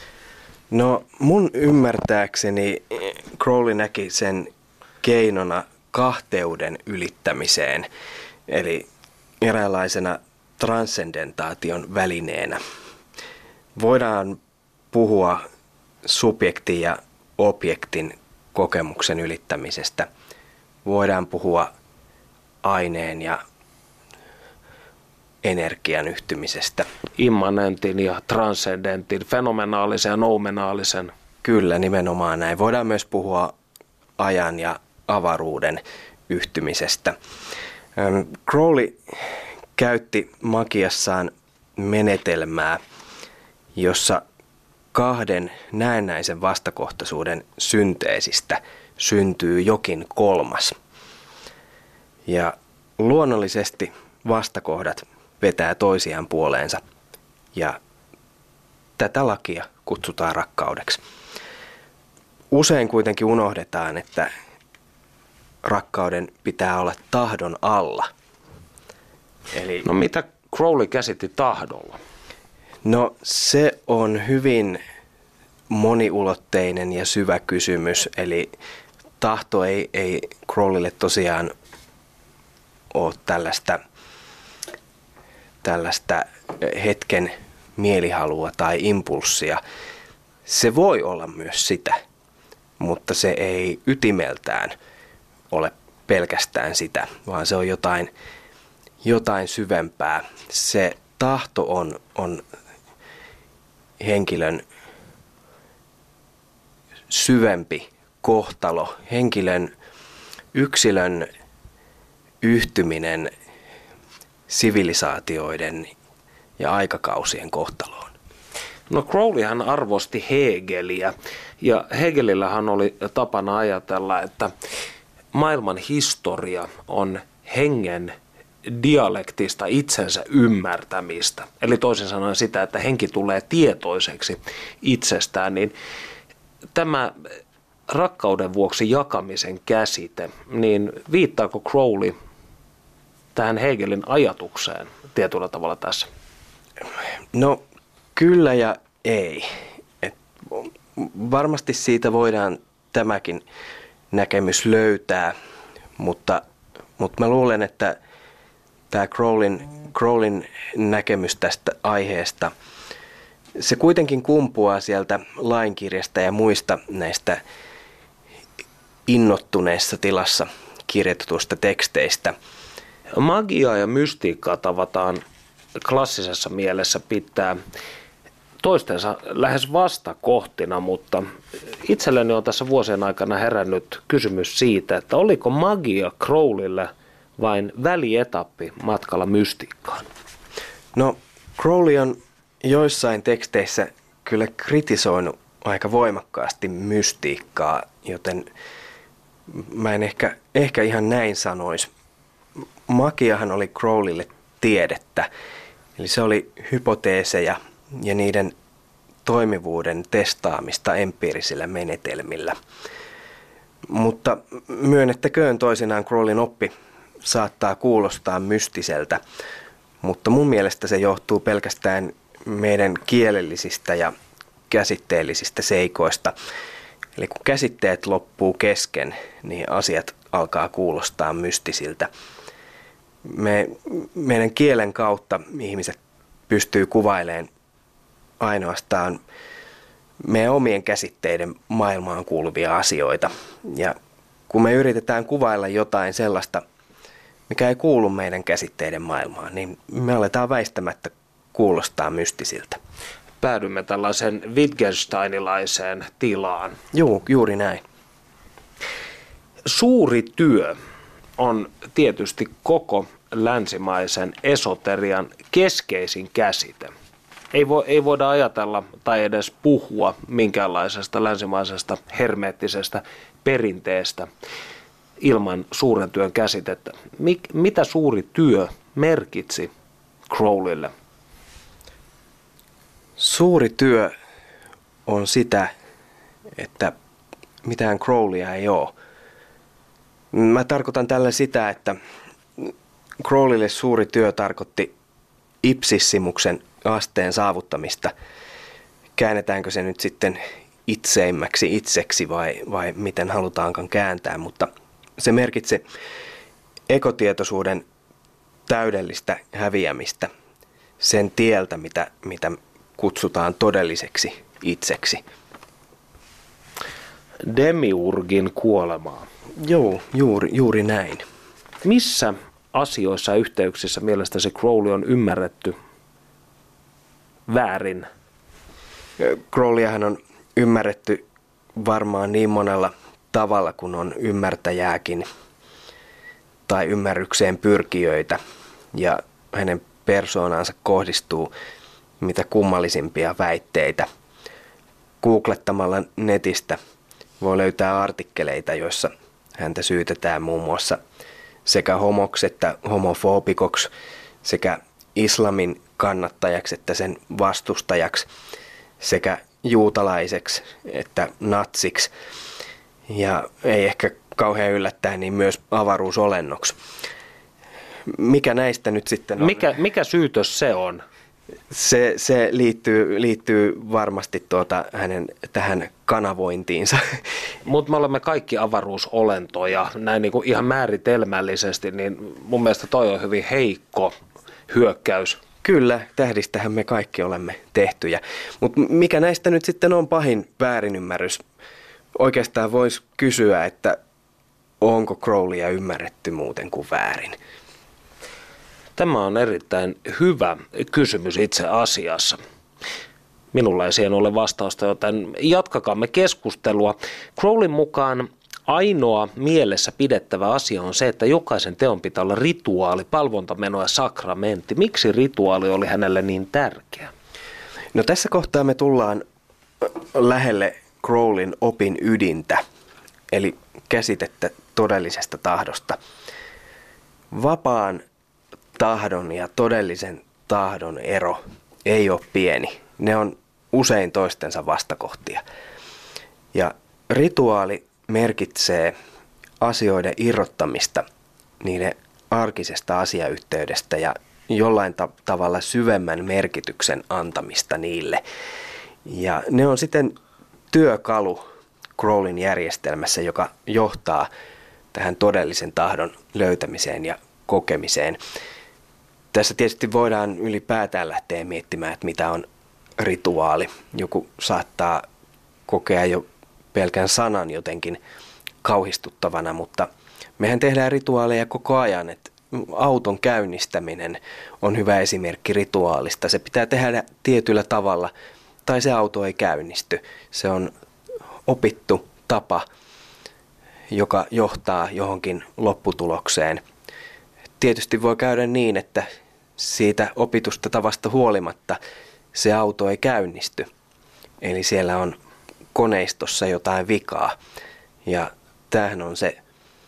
No mun ymmärtääkseni Crowley näki sen keinona kahteuden ylittämiseen, eli eräänlaisena transcendentaation välineenä. Voidaan puhua subjektin ja objektin kokemuksen ylittämisestä. Voidaan puhua aineen ja energian yhtymisestä. Immanentin ja transcendentin, fenomenaalisen ja noumenaalisen. Kyllä, nimenomaan näin. Voidaan myös puhua ajan ja avaruuden yhtymisestä. Crowley käytti magiassaan menetelmää, jossa kahden näennäisen vastakohtaisuuden synteesistä syntyy jokin kolmas. Ja luonnollisesti vastakohdat vetää toisiaan puoleensa ja tätä lakia kutsutaan rakkaudeksi. Usein kuitenkin unohdetaan, että rakkauden pitää olla tahdon alla. Eli no mitä Crowley käsitti tahdolla? No se on hyvin moniulotteinen ja syvä kysymys. Eli tahto ei, ei Crowleylle tosiaan ole tällaista, tällaista hetken mielihalua tai impulssia. Se voi olla myös sitä, mutta se ei ytimeltään ole pelkästään sitä, vaan se on jotain, jotain syvempää. Se tahto on, on henkilön syvempi kohtalo, henkilön, yksilön yhtyminen sivilisaatioiden ja aikakausien kohtaloon. No Crowleyhan arvosti Hegeliä, ja Hegelillähän oli tapana ajatella, että maailman historia on hengen dialektista itsensä ymmärtämistä. Eli toisin sanoen sitä, että henki tulee tietoiseksi itsestään, niin tämä rakkauden vuoksi jakamisen käsite, niin viittaako Crowley tähän Hegelin ajatukseen tietyllä tavalla tässä? No kyllä ja ei. Et varmasti siitä voidaan tämäkin näkemys löytää, mutta, mutta mä luulen, että tämä Crowleyn, Crowleyn näkemys tästä aiheesta, se kuitenkin kumpuaa sieltä lainkirjasta ja muista näistä innoittuneessa tilassa kirjoitetuista teksteistä. Magiaa ja mystiikkaa tavataan klassisessa mielessä pitää toistensa lähes vastakohtina, mutta itselleni on tässä vuosien aikana herännyt kysymys siitä, että oliko magia Crowleylle vain välietappi matkalla mystiikkaan? No, Crowley on joissain teksteissä kyllä kritisoinut aika voimakkaasti mystiikkaa, joten mä en ehkä, ehkä ihan näin sanoisi. Magiahan oli Crowleylle tiedettä, eli se oli hypoteeseja ja niiden toimivuuden testaamista empiirisillä menetelmillä. Mutta myönnettäköön toisinaan Crowleyn oppi saattaa kuulostaa mystiseltä, mutta mun mielestä se johtuu pelkästään meidän kielellisistä ja käsitteellisistä seikoista. Eli kun käsitteet loppuu kesken, niin asiat alkaa kuulostaa mystisiltä. Me, meidän kielen kautta ihmiset pystyy kuvailemaan ainoastaan meidän omien käsitteiden maailmaan kuuluvia asioita. Ja kun me yritetään kuvailla jotain sellaista, mikä ei kuulu meidän käsitteiden maailmaan, niin me aletaan väistämättä kuulostaa mystisiltä. Päädymme tällaiseen Wittgensteinilaiseen tilaan. Joo, juuri näin. Suuri työ on tietysti koko länsimaisen esoterian keskeisin käsite. Ei, vo, ei voida ajatella tai edes puhua minkäänlaisesta länsimaisesta hermeettisestä perinteestä ilman suuren työn käsitettä. Mik, mitä suuri työ merkitsi Crowleylle? Suuri työ on sitä, että mitään Crowleya ei ole. Mä tarkoitan tällä sitä, että Crowleylle suuri työ tarkoitti ipsissimuksen asteen saavuttamista. Käännetäänkö se nyt sitten itseimmäksi itseksi vai, vai miten halutaankaan kääntää, mutta se merkitsi ekotietoisuuden täydellistä häviämistä sen tieltä, mitä, mitä kutsutaan todelliseksi itseksi. Demiurgin kuolemaa. Joo, juuri, juuri näin. Missä asioissa ja yhteyksissä mielestäsi Crowley on ymmärretty väärin? Crowleyhän on ymmärretty varmaan niin monella tavalla, kun on ymmärtäjääkin tai ymmärrykseen pyrkijöitä, ja hänen persoonansa kohdistuu mitä kummallisimpia väitteitä. Googlettamalla netistä voi löytää artikkeleita, joissa häntä syytetään muun muassa sekä homoksi että homofobikoksi, sekä islamin kannattajaksi että sen vastustajaksi, sekä juutalaiseksi että natsiksi, ja ei ehkä kauhean yllättäen niin myös avaruusolennoksi. Mikä näistä nyt sitten on? Mikä, mikä syytös se on? Se, se liittyy, liittyy varmasti tuota hänen tähän kanavointiinsa. Mutta me olemme kaikki avaruusolentoja, näin niin kuin ihan määritelmällisesti, niin mun mielestä toi on hyvin heikko hyökkäys. Kyllä, tähdistähän me kaikki olemme tehtyjä. Mutta mikä näistä nyt sitten on pahin väärinymmärrys? oikeastaan voisi kysyä, että onko Crowleya ymmärretty muuten kuin väärin? Tämä on erittäin hyvä kysymys itse asiassa. Minulla ei siihen ole vastausta, joten jatkakaamme keskustelua. Crowleyn mukaan ainoa mielessä pidettävä asia on se, että jokaisen teon pitää olla rituaali, palvontameno ja sakramentti. Miksi rituaali oli hänelle niin tärkeä? No tässä kohtaa me tullaan lähelle Crowleyn opin ydintä, eli käsitettä todellisesta tahdosta. Vapaan tahdon ja todellisen tahdon ero ei ole pieni. Ne on usein toistensa vastakohtia. Ja rituaali merkitsee asioiden irrottamista niiden arkisesta asiayhteydestä ja jollain ta- tavalla syvemmän merkityksen antamista niille. Ja ne on sitten työkalu Crowleyn järjestelmässä, joka johtaa tähän todellisen tahdon löytämiseen ja kokemiseen. Tässä tietysti voidaan ylipäätään lähteä miettimään, että mitä on rituaali. Joku saattaa kokea jo pelkän sanan jotenkin kauhistuttavana, mutta mehän tehdään rituaaleja koko ajan. Että auton käynnistäminen on hyvä esimerkki rituaalista. Se pitää tehdä tietyllä tavalla tai se auto ei käynnisty. Se on opittu tapa, joka johtaa johonkin lopputulokseen. Tietysti voi käydä niin, että siitä opitusta tavasta huolimatta se auto ei käynnisty. Eli siellä on koneistossa jotain vikaa. Ja tämähän on se,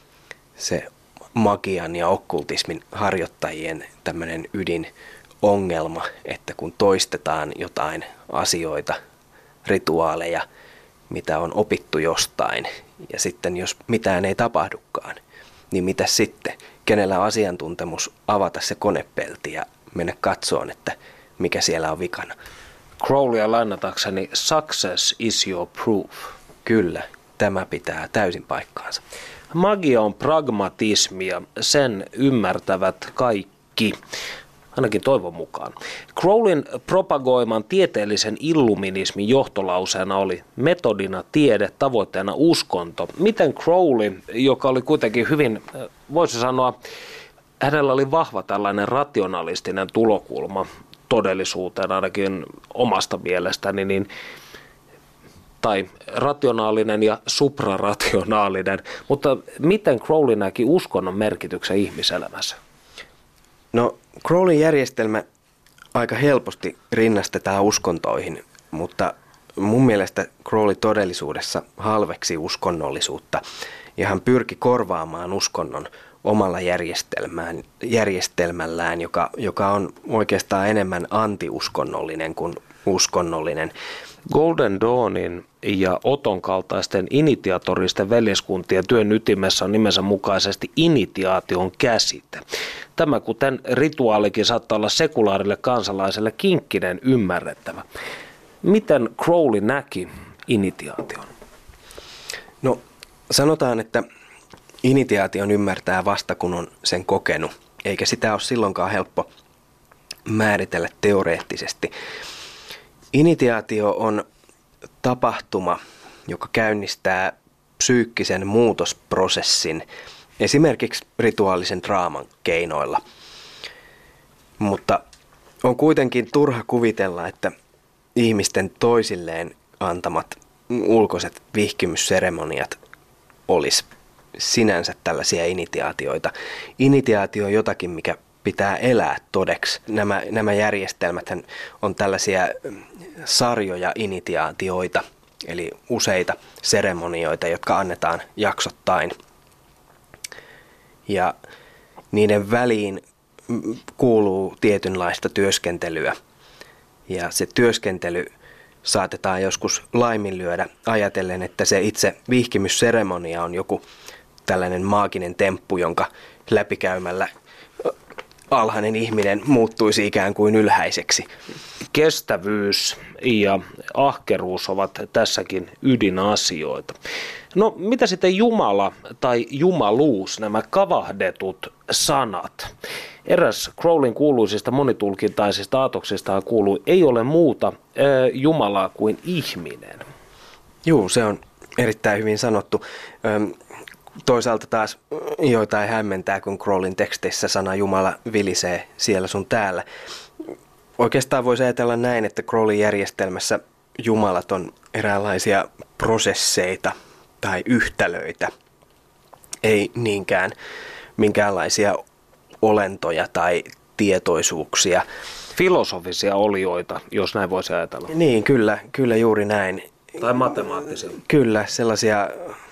se magian ja okkultismin harjoittajien tämmöinen ydinongelma, että kun toistetaan jotain asioita, rituaaleja, mitä on opittu jostain, ja sitten jos mitään ei tapahdukaan, niin mitä sitten? Kenellä on asiantuntemus avata se konepelti ja mennä katsoon, että mikä siellä on vikana? Crowleya lainatakseni, success is your proof. Kyllä, tämä pitää täysin paikkaansa. Magia on pragmatismia, sen ymmärtävät kaikki, ainakin toivon mukaan. Crowleyn propagoiman tieteellisen illuminismin johtolauseena oli metodina tiede, tavoitteena uskonto. Miten Crowley, joka oli kuitenkin hyvin, voisi sanoa, hänellä oli vahva tällainen rationalistinen tulokulma todellisuuteen ainakin omasta mielestäni, niin tai rationaalinen ja suprarationaalinen, mutta miten Crowley näki uskonnon merkityksen ihmiselämässä? No, Crowleyn järjestelmä aika helposti rinnastetaan uskontoihin, mutta mun mielestä Crowley todellisuudessa halveksi uskonnollisuutta ja hän pyrki korvaamaan uskonnon omalla järjestelmään, järjestelmällään, joka, joka on oikeastaan enemmän antiuskonnollinen kuin uskonnollinen. Golden Dawnin ja Oton kaltaisten initiatoristen veljeskuntien työn ytimessä on nimensä mukaisesti initiaation käsite. Tämä, kuten rituaalikin, saattaa olla sekulaarille kansalaiselle kinkkinen ymmärrettävä. Miten Crowley näki initiaation? No, sanotaan, että initiaation ymmärtää vasta, kun on sen kokenut, eikä sitä ole silloinkaan helppo määritellä teoreettisesti. Initiaatio on tapahtuma, joka käynnistää psyykkisen muutosprosessin, esimerkiksi rituaalisen draaman keinoilla. Mutta on kuitenkin turha kuvitella, että ihmisten toisilleen antamat ulkoiset vihkimysseremoniat olisi sinänsä tällaisia initiaatioita. Initiaatio on jotakin, mikä pitää elää todeksi. Nämä, nämä järjestelmäthän on tällaisia sarjoja initiaatioita, eli useita seremonioita, jotka annetaan jaksottain. Ja niiden väliin kuuluu tietynlaista työskentelyä. Ja se työskentely saatetaan joskus laiminlyödä ajatellen, että se itse vihkimysseremonia on joku tällainen maaginen temppu, jonka läpikäymällä alhainen ihminen muuttuisi ikään kuin ylhäiseksi. Kestävyys ja ahkeruus ovat tässäkin ydinasioita. No mitä sitten Jumala tai jumaluus, nämä kavahdetut sanat? Eräs Crowleyn kuuluisista monitulkintaisista aatoksista kuului, ei ole muuta äh, Jumalaa kuin ihminen. Juu, se on erittäin hyvin sanottu. Toisaalta taas joitain hämmentää, kun Crowleyn teksteissä sana Jumala vilisee siellä sun täällä. Oikeastaan voisi ajatella näin, että Crowleyn järjestelmässä jumalat on eräänlaisia prosesseita tai yhtälöitä, ei niinkään minkäänlaisia olentoja tai tietoisuuksia. Filosofisia olioita, jos näin voisi ajatella. Niin, kyllä, kyllä juuri näin. Tai matemaattisia. Kyllä, sellaisia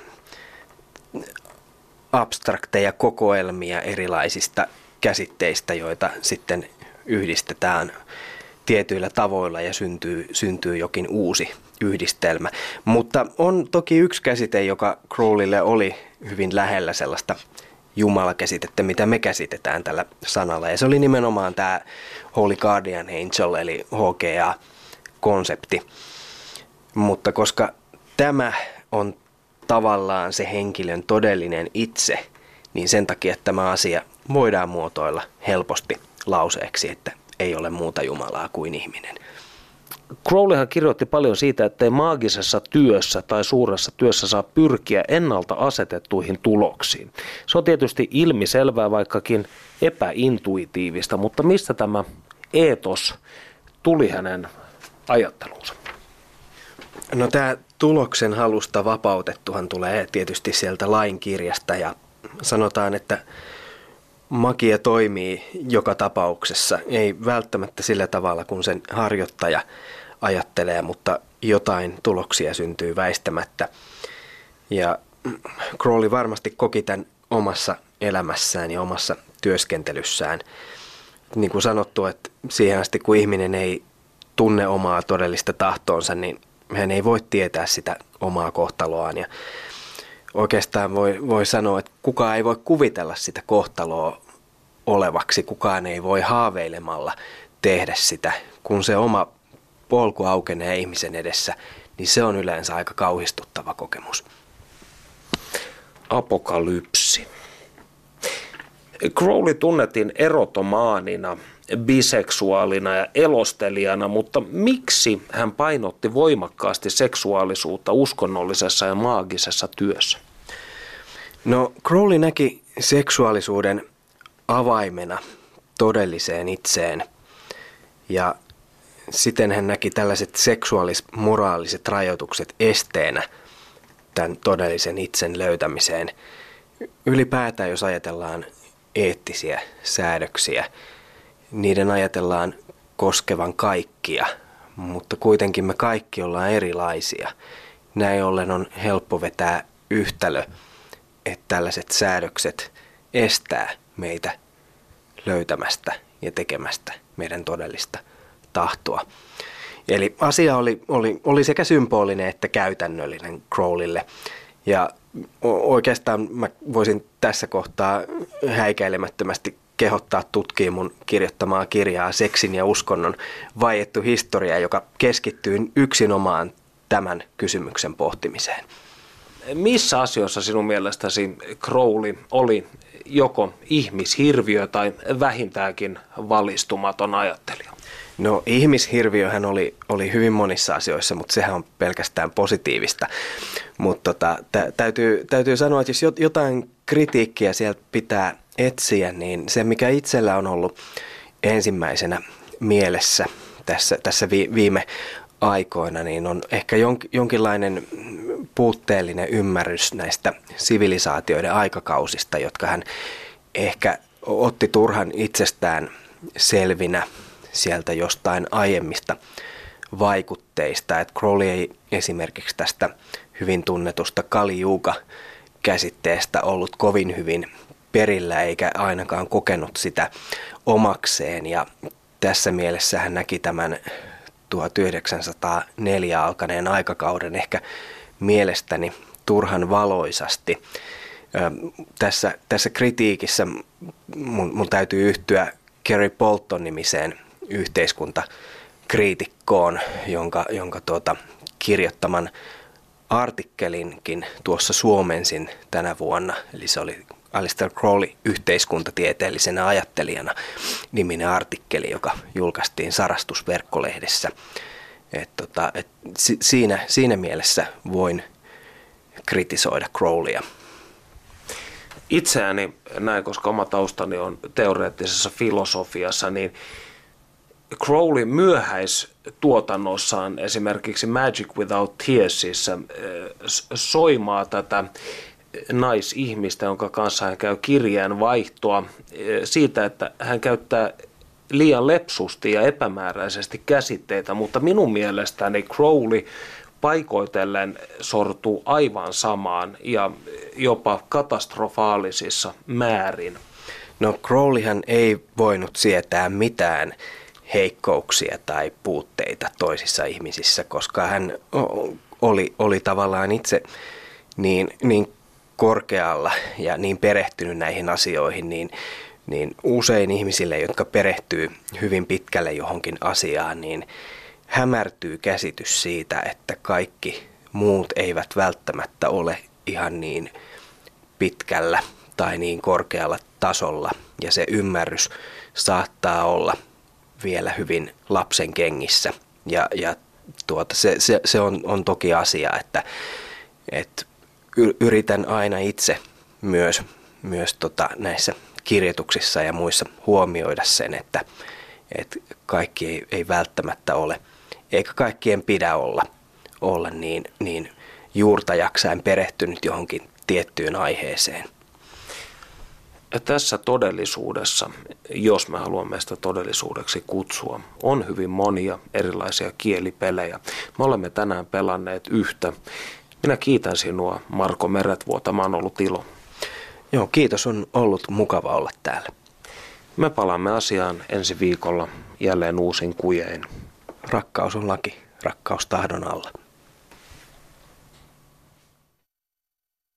abstrakteja kokoelmia erilaisista käsitteistä, joita sitten yhdistetään tietyillä tavoilla ja syntyy, syntyy jokin uusi yhdistelmä. Mutta on toki yksi käsite, joka Crowleylle oli hyvin lähellä sellaista Jumala-käsitettä, mitä me käsitetään tällä sanalla. Ja se oli nimenomaan tämä Holy Guardian Angel, eli H G A-konsepti. Mutta koska tämä on tavallaan se henkilön todellinen itse, niin sen takia tämä asia voidaan muotoilla helposti lauseeksi, että ei ole muuta Jumalaa kuin ihminen. Crowleyhan kirjoitti paljon siitä, että ei maagisessa työssä tai suuressa työssä saa pyrkiä ennalta asetettuihin tuloksiin. Se on tietysti ilmiselvää, vaikkakin epäintuitiivista, mutta mistä tämä eetos tuli hänen ajatteluunsa? No tämä tuloksen halusta vapautettuhan tulee tietysti sieltä lainkirjasta ja sanotaan, että magia toimii joka tapauksessa, ei välttämättä sillä tavalla kuin sen harjoittaja ajattelee, mutta jotain tuloksia syntyy väistämättä. Ja Crowley varmasti koki tämän omassa elämässään ja omassa työskentelyssään. Niin kuin sanottu, että siihen asti kun ihminen ei tunne omaa todellista tahtoonsa, niin hän ei voi tietää sitä omaa kohtaloaan. Ja oikeastaan voi, voi sanoa, että kukaan ei voi kuvitella sitä kohtaloa olevaksi, kukaan ei voi haaveilemalla tehdä sitä. Kun se oma polku aukenee ihmisen edessä, niin se on yleensä aika kauhistuttava kokemus. Apokalypsi. Crowley tunnettiin erotomaanina, biseksuaalina ja elostelijana, mutta miksi hän painotti voimakkaasti seksuaalisuutta uskonnollisessa ja maagisessa työssä? No, Crowley näki seksuaalisuuden avaimena todelliseen itseen ja siten hän näki tällaiset seksuaalis-moraaliset rajoitukset esteenä tämän todellisen itsen löytämiseen. Ylipäätään, jos ajatellaan eettisiä säädöksiä, niiden ajatellaan koskevan kaikkia, mutta kuitenkin me kaikki ollaan erilaisia. Näin ollen on helppo vetää yhtälö, että tällaiset säädökset estää meitä löytämästä ja tekemästä meidän todellista tahtoa. Eli asia oli, oli, oli sekä symbolinen että käytännöllinen Crowleylle. Ja oikeastaan mä voisin tässä kohtaa häikäilemättömästi kehottaa tutkia mun kirjoittamaa kirjaa Seksin ja uskonnon vaiettu historia, joka keskittyy yksinomaan tämän kysymyksen pohtimiseen. Missä asioissa sinun mielestäsi Crowley oli joko ihmishirviö tai vähintäänkin valistumaton ajattelija? No ihmishirviöhän oli, oli hyvin monissa asioissa, mutta sehän on pelkästään positiivista. Mutta tota, tä, täytyy, täytyy sanoa, että jos jotain kritiikkiä sieltä pitää etsiä, niin se mikä itsellä on ollut ensimmäisenä mielessä tässä, tässä vi, viime aikoina, niin on ehkä jonkinlainen puutteellinen ymmärrys näistä sivilisaatioiden aikakausista, jotka hän ehkä otti turhan itsestään selvinä sieltä jostain aiemmista vaikutteista. Et Crowley ei esimerkiksi tästä hyvin tunnetusta Kali Yuga-käsitteestä ollut kovin hyvin perillä eikä ainakaan kokenut sitä omakseen. Ja tässä mielessä hän näki tämän tuhatyhdeksänsataaneljä alkaneen aikakauden ehkä mielestäni turhan valoisasti. Tässä, tässä kritiikissä mun, mun täytyy yhtyä Gary Bolton-nimiseen yhteiskuntakriitikkoon, jonka, jonka tuota, kirjoittaman artikkelinkin tuossa suomensin tänä vuonna. Eli se oli Aleister Crowley yhteiskuntatieteellisenä ajattelijana niminen artikkeli, joka julkaistiin Sarastus-verkkolehdessä. Et tota, et si- siinä, siinä mielessä voin kritisoida Crowleya. Itseäni näin, koska oma taustani on teoreettisessa filosofiassa, niin Crowley myöhäistuotannossaan esimerkiksi Magic Without Tearsissa soimaa tätä naisihmistä, jonka kanssa hän käy kirjeenvaihtoa siitä, että hän käyttää liian lepsusti ja epämääräisesti käsitteitä, mutta minun mielestäni Crowley paikoitellen sortuu aivan samaan ja jopa katastrofaalisissa määrin. No Crowleyhan ei voinut sietää mitään heikkouksia tai puutteita toisissa ihmisissä, koska hän oli, oli tavallaan itse niin, niin korkealla ja niin perehtynyt näihin asioihin, niin, niin usein ihmisille, jotka perehtyy hyvin pitkälle johonkin asiaan, niin hämärtyy käsitys siitä, että kaikki muut eivät välttämättä ole ihan niin pitkällä tai niin korkealla tasolla, ja se ymmärrys saattaa olla vielä hyvin lapsen kengissä. Ja, ja tuota, se, se, se on, on toki asia, että, että yritän aina itse myös, myös tota, näissä kirjoituksissa ja muissa huomioida sen, että, että kaikki ei, ei välttämättä ole, eikä kaikkien pidä olla, olla niin, niin juurta jaksain perehtynyt johonkin tiettyyn aiheeseen. Ja tässä todellisuudessa, jos me haluamme sitä todellisuudeksi kutsua, on hyvin monia erilaisia kielipelejä. Me olemme tänään pelanneet yhtä. Minä kiitän sinua, Marko Meretvuo. Tämä on ollut ilo. Joo, kiitos. On ollut mukava olla täällä. Me palaamme asiaan ensi viikolla jälleen uusin kujein. Rakkaus on laki, rakkaus tahdon alla.